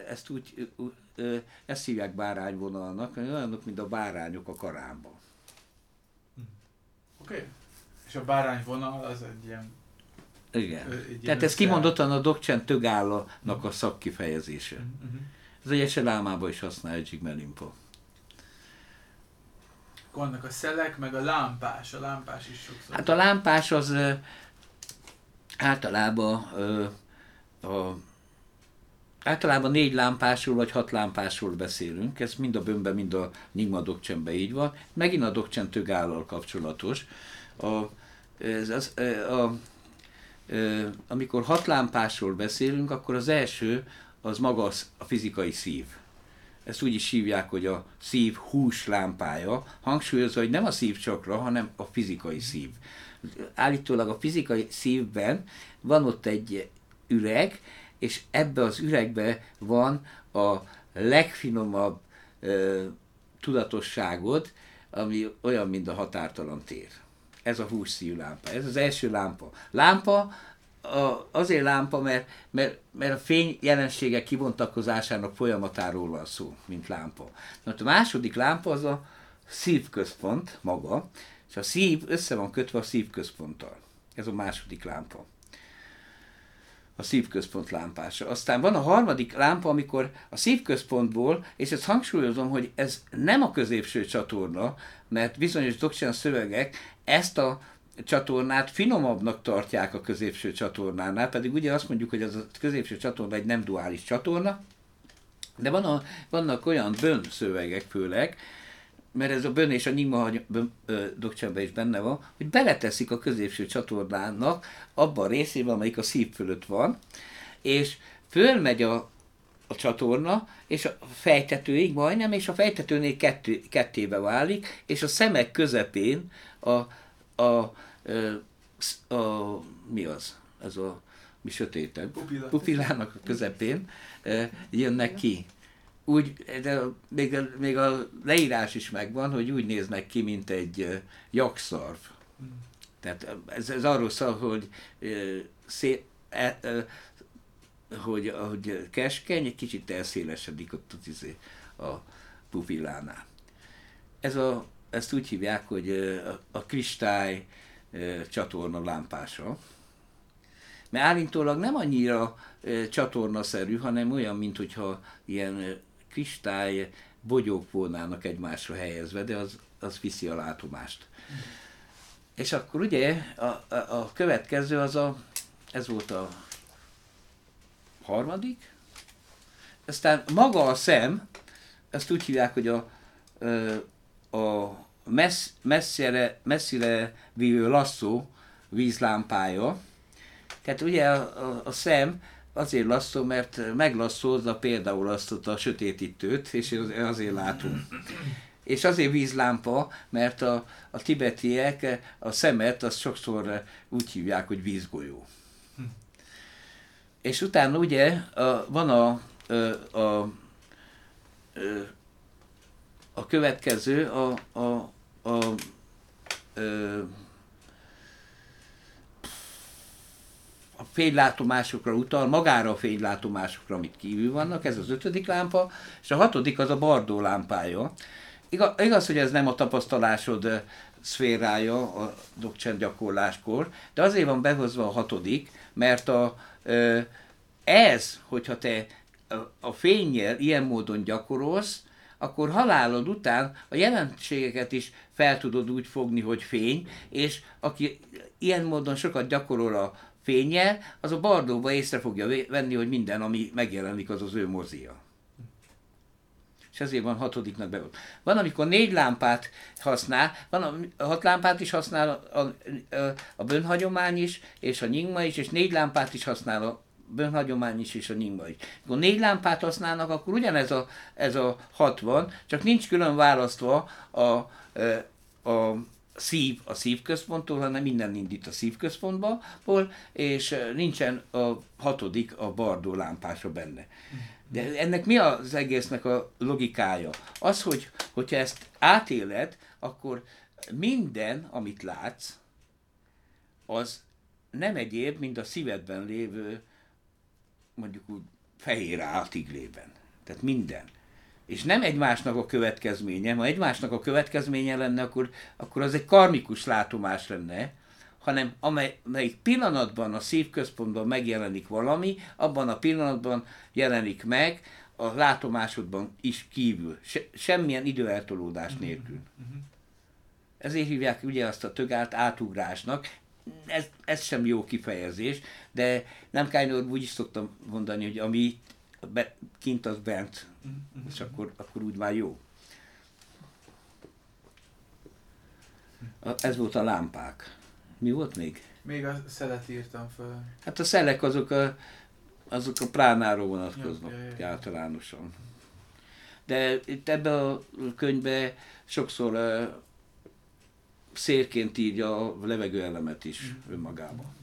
ezt hívják bárányvonalnak, olyanok, mint a bárányok a karánban. Oké. És a bárányvonal az egy ilyen... Igen. Tehát ez kimondottan a Dzogchen tögállanak a szakkifejezése. Ez a Jese lámában is használja Jigme Rinpoche. Vannak a szelek, meg a lámpás. A lámpás is sokszor. Hát a lámpás az általában 4 lámpásról vagy 6 lámpásról beszélünk. Ez mind a Bönben, mind a Nyingma Dzogchenben így van. Megint a Dzogchen tögállal kapcsolatos. Amikor 6 lámpásról beszélünk, akkor az első az maga a fizikai szív. Ezt úgy is hívják, hogy a szív hús lámpája, hangsúlyozva, hogy nem a szívcsakra, hanem a fizikai szív. Állítólag a fizikai szívben van ott egy üreg, és ebbe az üregbe van a legfinomabb tudatosságod, ami olyan, mint a határtalan tér. Ez a hússzív lámpa. Ez az első lámpa. Lámpa azért lámpa, mert a fény jelenségek kibontakozásának folyamatáról van szó, mint lámpa. Na, a második lámpa az a szívközpont maga, és a szív össze van kötve a szívközponttal. Ez a második lámpa. A szívközpont lámpása. Aztán van a harmadik lámpa, amikor a szívközpontból, és ezt hangsúlyozom, hogy ez nem a középső csatorna, mert bizonyos Dzogchen szövegek ezt a csatornát finomabbnak tartják a középső csatornánál, pedig ugye azt mondjuk, hogy az a középső csatorna egy nem duális csatorna, de vannak olyan bön szövegek főleg, mert ez a bön és a Nyingma Dzogchenben is benne van, hogy beleteszik a középső csatornának abban a részében, amelyik a szív fölött van, és fölmegy a csatorna, és a fejtetőig majdnem, és a fejtetőnél kettébe válik, és a szemek közepén mi az? Ez a mi sötétebb? Pupillának a közepén jönnek ki. Úgy, de még a leírás is megvan, hogy úgy néznek ki, mint egy jakszarv. Tehát ez arról szól, hogy keskeny, egy kicsit elszélesedik ott a pupillánál. Ezt úgy hívják, hogy a kristály csatorna lámpása. Mert állítólag nem annyira csatornaszerű, hanem olyan, mintha ilyen kristály bogyók volnának egymásra helyezve, de az viszi a látomást. És akkor ugye a következő ez volt a harmadik. Aztán maga a szem, ezt úgy hívják, hogy a messzire vívő lasszó vízlámpája. Tehát ugye a szem azért lasszó, mert meglasszózza például azt a sötétítőt, és azért látunk. És azért vízlámpa, mert a tibetiek a szemet azt sokszor úgy hívják, hogy vízgolyó. És utána ugye van a következő, a fénylátomásokra utal, magára a fénylátomásokra, amit kívül vannak, ez az 5. lámpa, és a 6. az a bardó lámpája. Igaz, hogy ez nem a tapasztalásod szférája a Dzogchen gyakorláskor, de azért van behozva a 6., mert hogyha te a fénnyel ilyen módon gyakorolsz, akkor halálod után a jelenségeket is fel tudod úgy fogni, hogy fény, és aki ilyen módon sokat gyakorol a fénnyel, az a bardóba észre fogja venni, hogy minden, ami megjelenik, az az ő mozia. és ezért van hatodiknak beosztva. Van, amikor 4 lámpát használ, van 6 lámpát is használ a bönhagyomány is, és a nyingma is, és 4 lámpát is használ a bönhagyomány is, és a nyingma is. Akkor 4 lámpát használnak, akkor ugyanez ez a 60, csak nincs külön választva a szívközponttól, hanem minden indít a szívközpontból, és nincsen a 6. a bardó lámpása benne. De ennek mi az egésznek a logikája? Az, hogyha ezt átéled, akkor minden, amit látsz, az nem egyéb, mint a szívedben lévő, mondjuk úgy fehér átiglében. Tehát minden. És nem egymásnak a következménye, ha egymásnak a következménye lenne, akkor az egy karmikus látomás lenne, hanem amelyik pillanatban a szívközpontban megjelenik valami, abban a pillanatban jelenik meg a látomásodban is kívül. Semmilyen időeltolódás nélkül. Ezért hívják ugye azt a tögált átugrásnak. Ez sem jó kifejezés, de nem Kájnor úgy is szoktam mondani, hogy ami kint az bent, és akkor úgy már jó. Ez volt a lámpák. Mi volt még? Még a szelet írtam föl. Hát a szelek azok a pránáról vonatkoznak általánosan. De itt ebben a könyvben sokszor szélként írja a levegőelemet is önmagában.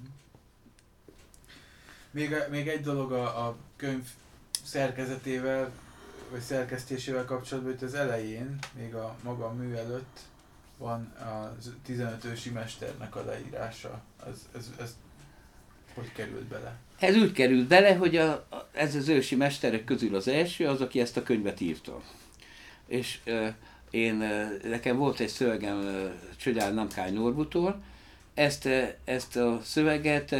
Még egy dolog a könyv szerkezetével, vagy szerkesztésével kapcsolatban, hogy az elején, még a maga mű előtt van a 15 ősi mesternek a leírása. Ez hogy került bele? Ez úgy került bele, hogy ez az ősi mesterek közül az első, az, aki ezt a könyvet írta. És nekem volt egy szövegem Csögyár Namkány Norbutól, ezt a szöveget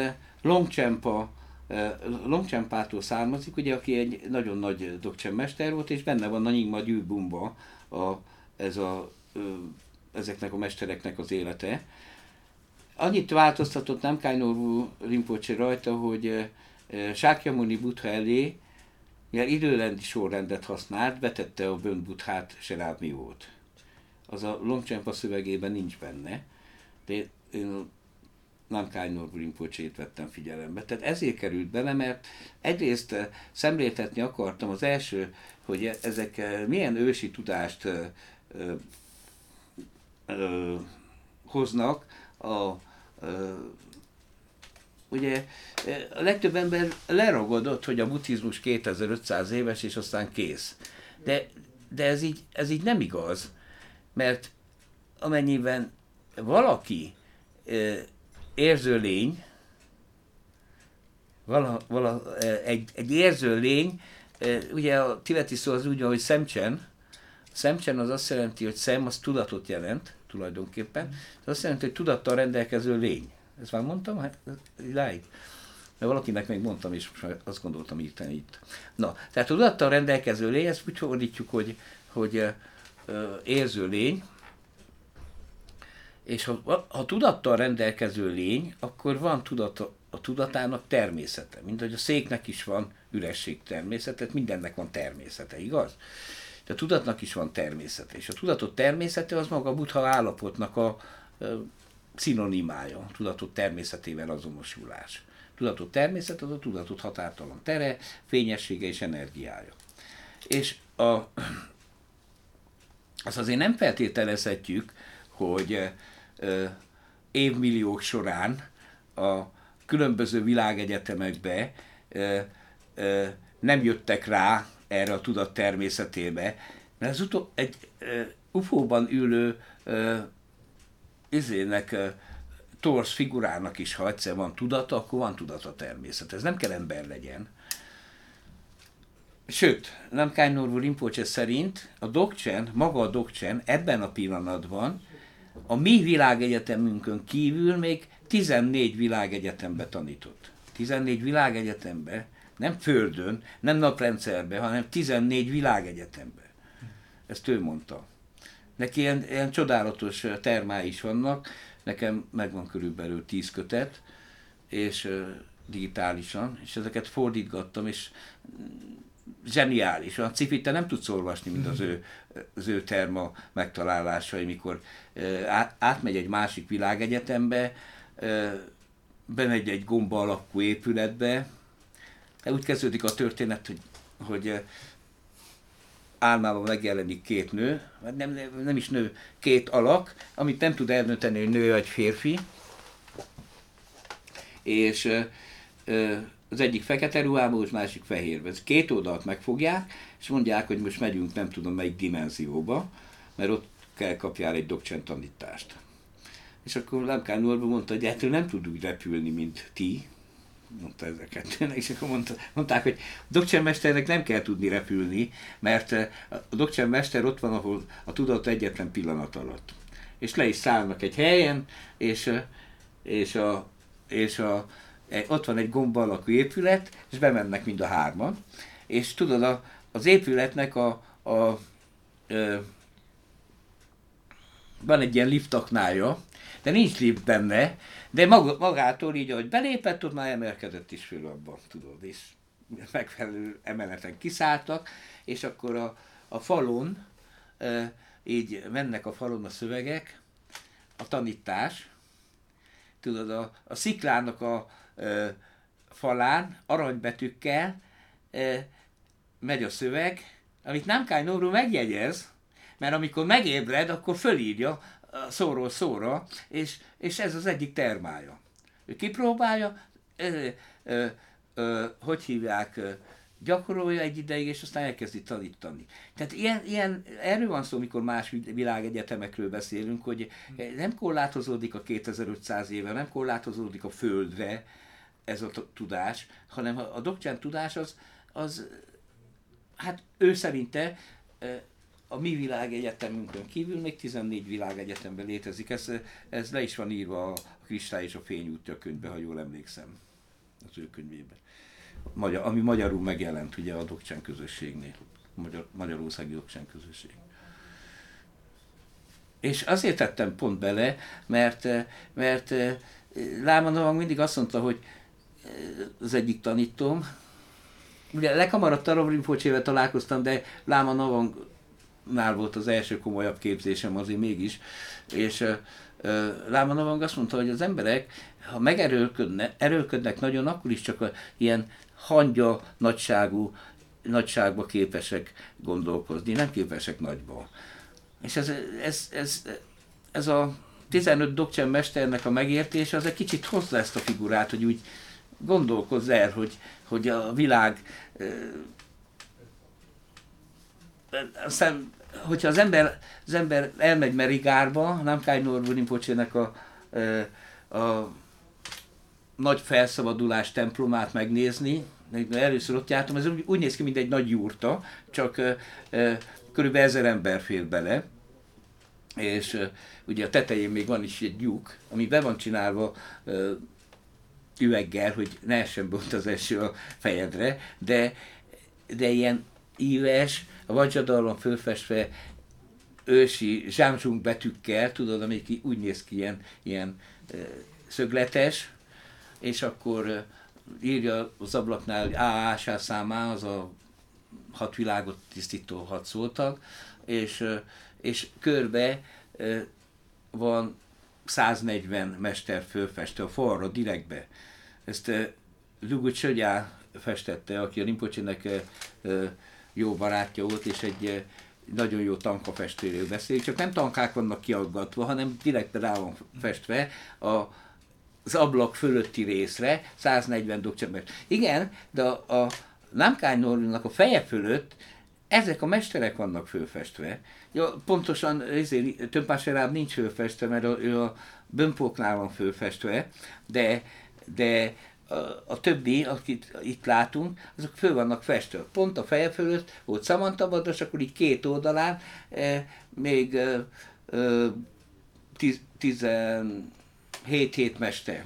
Longchenpától származik, ugye, aki egy nagyon nagy Dzogchen mester volt, és benne van a Nyingma Gyűbumba ezeknek a mestereknek az élete. Annyit változtatott Namkány Norbu Rinpoche rajta, hogy Sákyamuni Buddha elé időrendi sorrendet használt, betette a Bön Buddhát Seráp Miót. Az a Longchenpa szövegében nincs benne, de én Namkány Norbu Rinpoche-t vettem figyelembe. Tehát ezért került bele, mert egyrészt szemléltetni akartam az első, hogy ezek milyen ősi tudást hoznak. Ugye a legtöbb ember leragadott, hogy a buddhizmus 2500 éves, és aztán kész. De ez így nem igaz, mert amennyiben valaki érző lény, egy érző lény, ugye a tibeti szó az úgy van, hogy szemcsen. Szemcsen az azt jelenti, hogy szem az tudatot jelent tulajdonképpen. Ez azt jelenti, hogy tudattal rendelkező lény. Ezt már mondtam? Hát idáig. Mert valakinek még mondtam, és azt gondoltam írtani itt. Na, tehát a tudattal rendelkező lény, ezt úgy fordítjuk, hogy érző lény, és ha tudattal rendelkező lény, akkor van a tudatának természete. Mint hogy a széknek is van üresség természete, mindennek van természete, igaz? De a tudatnak is van természete, és a tudatot természete az maga a Buddha állapotnak a szinonimája, tudatot természetével azonosulás. Tudatot természet az a tudatot határtalan tere, fényessége és energiája. És azt azért nem feltételezhetjük, hogy évmilliók során a különböző világegyetemekbe nem jöttek rá erre a tudat természetébe, mert egy UFO-ban ülő torz figurának is, ha egyszer van tudata, akkor van tudata természet. Ez nem kell ember legyen. Sőt, Namkány Norbu Rinpoche szerint maga a Dzogchen ebben a pillanatban a mi világegyetemünkön kívül még 14 világegyetembe tanított. 14 világegyetembe, nem Földön, nem naprendszerbe, hanem 14 világegyetembe. Ezt ő mondta. Neki ilyen csodálatos termái is vannak, nekem megvan körülbelül 10 kötet, és digitálisan, és ezeket fordítgattam, és zseniális. A cifit te nem tudsz olvasni, mint az ő terma megtalálásai, mikor átmegy egy másik világegyetembe, bemegy egy gomba alakú épületbe. Úgy kezdődik a történet, hogy álmában megjelenik két nő, vagy nem is nő, két alak, amit nem tud eldönteni, hogy nő vagy férfi. És az egyik fekete ruhában, az másik fehérben. Két oldalt megfogják, és mondják, hogy most megyünk nem tudom melyik dimenzióba, mert ott kell kapjál egy Dzogchen tanítást. És akkor Lamkán Norbu mondta, hogy hát ő nem tud úgy repülni, mint ti, mondta ezeket. És akkor mondták, hogy a Dzogchen mesternek nem kell tudni repülni, mert a Dzogchen mester ott van, ahol a tudat egyetlen pillanat alatt. És le is szállnak egy helyen, és ott van egy gomba alakú épület, és bemennek mind a hárman. És tudod, az épületnek van egy ilyen liftaknája, de nincs lift benne, de magától így, ahogy belépett, ott már emelkedett is föl abba, tudod, és megfelelő emeleten kiszálltak, és akkor a falon, így mennek a falon a szövegek, a tanítás, tudod, a sziklának a falán aranybetűkkel megy a szöveg, amit Namkhai Norbu megjegyez, mert amikor megébred, akkor fölírja szóról szóra, és ez az egyik termája. Ő kipróbálja, hogy hívják, gyakorolja egy ideig, és aztán elkezdi tanítani. Tehát erről van szó, amikor más világegyetemekről beszélünk, hogy nem korlátozódik a 2500 éve, nem korlátozódik a Földre ez a tudás, hanem a Dzogchen tudás az hát ő szerinte a mi világegyetemünkön kívül még 14 világegyetemben létezik. Ez le is van írva a Kristály és a Fény útja könyvben, ha jól emlékszem, az ő könyvében. Ami magyarul megjelent ugye a Dzogchen közösségnél, Magyarországi Dzogchen közösség. És azért tettem pont bele, mert Lama Novang mindig azt mondta, hogy az egyik tanítóm, ugye leghamarabb Tara Rinpocsével találkoztam, de Lama Novangnál volt az első komolyabb képzésem azért mégis, és Lama Novang azt mondta, hogy az emberek, ha erőlködnek nagyon, akkor is csak ilyen hangya nagyságba képesek gondolkozni, nem képesek nagyba. És ez a 15 Dzogchen mesternek a megértése, az egy kicsit hozza ezt a figurát, hogy úgy gondolkozz el, hogy a világ, aztán, hogyha az ember elmegy Merigárba, Namkhai Norbu Rinpocsének a nagy felszabadulás templomát megnézni, először ott jártam, ez úgy néz ki, mint egy nagy jurta, csak körülbelül 1000 ember fér bele, és ugye a tetején még van is egy lyuk, ami be van csinálva üveggel, hogy ne essen be ott az eső a fejedre, de ilyen íves, a vajradalon fölfestve ősi zsámzsung betűkkel, tudod, amelyik úgy néz ki ilyen szögletes, és akkor írja az ablaknál, hogy A.A. számá, az a 6 világot tisztító 6 szótag, és körbe van 140 mester fölfestve a falra, direktbe. Ezt Lugu Csögyá festette, aki a Rinpocsének jó barátja volt, és egy nagyon jó tankafestőről beszél, csak nem tankák vannak kiaggatva, hanem direktbe rá van festve az ablak fölötti részre 140 Dzogchen. Igen, de a Namkhai Norbunak a feje fölött ezek a mesterek vannak fölfestve. Ja, pontosan Tömpás Eráb nincs fölfestve, mert ő a Bömpóknál van fölfestve, de a többi, akit itt látunk, azok föl vannak festve. Pont a feje fölött volt Samanta, és akkor így két oldalán még 17 mester.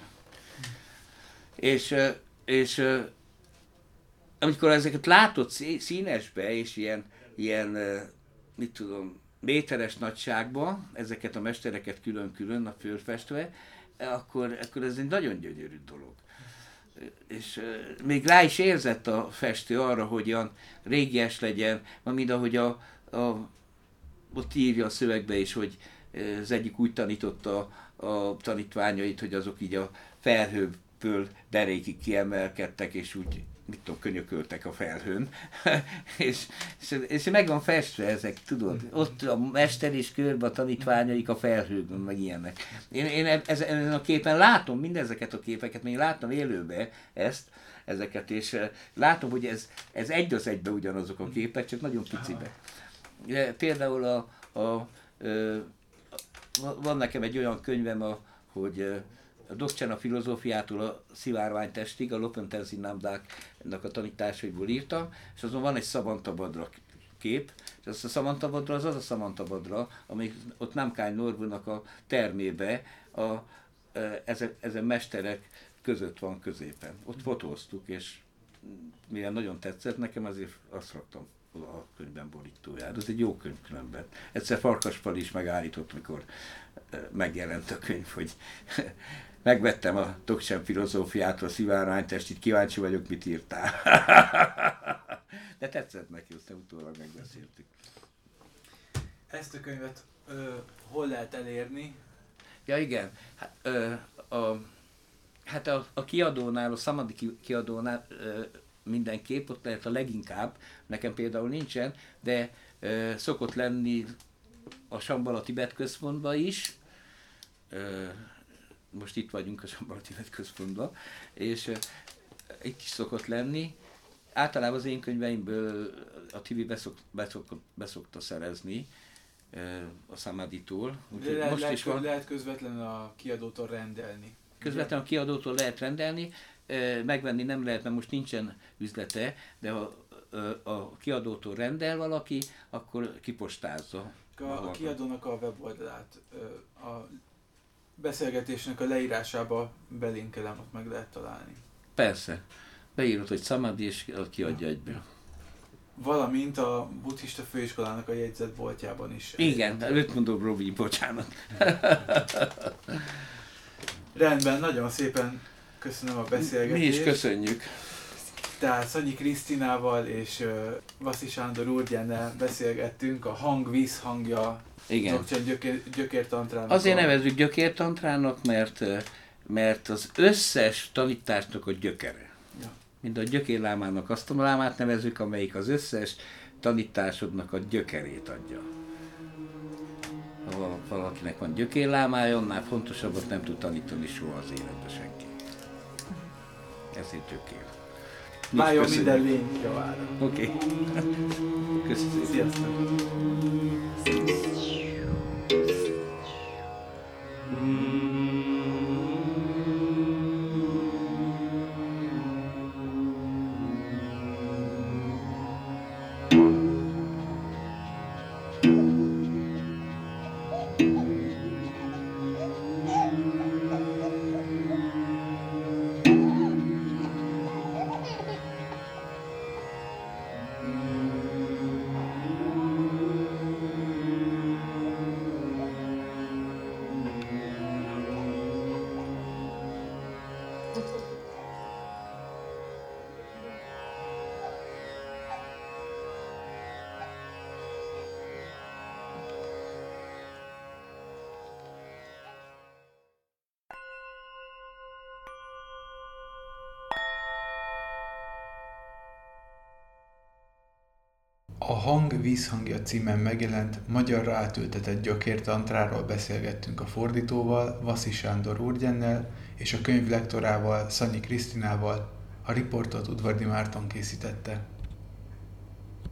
És amikor ezeket látod színesbe, és ilyen mit tudom, méteres nagyságban, ezeket a mestereket külön-külön a fölfestve, akkor ez egy nagyon gyönyörű dolog. és még rá is érzett a festő arra, hogy olyan régies legyen, mint ahogy ott írja a szövegbe is, hogy az egyik úgy tanította a tanítványait, hogy azok így a felhőből derékig kiemelkedtek, és úgy, mit tudom, könyököltek a felhőn. és meg van festve ezek, tudod? Ott a mester és körbe a tanítványaik a felhőkben, meg ilyenek. Én ezen a képen látom mindezeket a képeket, még láttam élőbe ezeket, és látom, hogy ez egy az egybe ugyanazok a képek, csak nagyon picibe. Például van nekem egy olyan könyvem, hogy a Dzogchen a filozófiától a szivárványtestig, a Lopen-Tenzin Namdáknak a tanításaiból írtam, és azon van egy Samantabhadra kép, és az a Samantabhadra az a Samantabhadra, ami ott Namkhai Norbunak a termébe ezen mesterek között van középen. Ott fotóztuk, és mivel nagyon tetszett nekem, azért azt raktam a könyvben borítójára. Ez egy jó könyv különben. Egyszer Farkaspali is megállított, mikor megjelent a könyv, hogy megvettem a Dzogchen filozófiától a szivárványtestit, kíváncsi vagyok, mit írtál. De tetszett neki, aztán utólag megbeszéltük. Ezt a könyvet hol lehet elérni? Ja igen, a kiadónál, a Samadhi kiadónál mindenképp ott lehet a leginkább, nekem például nincsen, de szokott lenni a Shambhala Tibet központban is, most itt vagyunk a Shambhala Tibet központban, és itt is szokott lenni. Általában az én könyveimből a TV beszokta szerezni a Samadhitól. Lehet közvetlenül a kiadótól rendelni. Közvetlenül a kiadótól lehet rendelni, megvenni nem lehet, mert most nincsen üzlete, de ha a kiadótól rendel valaki, akkor kipostázza. A kiadónak a weboldalát a beszélgetésnek a leírásába belinkelem, ott meg lehet találni. Persze. Beírod, hogy Samadhi, és kiadja egyből. Valamint a buddhista főiskolának a jegyzetboltjában is. Igen, őt mondom, Robi, bocsánat. Rendben, nagyon szépen köszönöm a beszélgetést. Mi is köszönjük. Tehát Szanyi Krisztinával és Vaszi Sándor Úrgyennel beszélgettünk a hang vízhangja Dzogchen gyökértantrának. Azért nevezzük gyökértantrának, mert az összes tanításnak a gyökere. Ja. Mind a gyökérlámának azt a lámát nevezzük, amelyik az összes tanításodnak a gyökerét adja. Ha valakinek van gyökérlámája, annál fontosabbat nem tud tanítani soha az életben senki. Ezért gyökér. Váljon minden lény javára. Oké. Köszönöm. Sziasztok! A Hang vízhangja címen megjelent magyarra átültetett gyökértantráról beszélgettünk a fordítóval, Vaszi Sándor Úrgyennel és a könyv lektorával, Szanyi Krisztinával. A riportot Udvardi Márton készítette.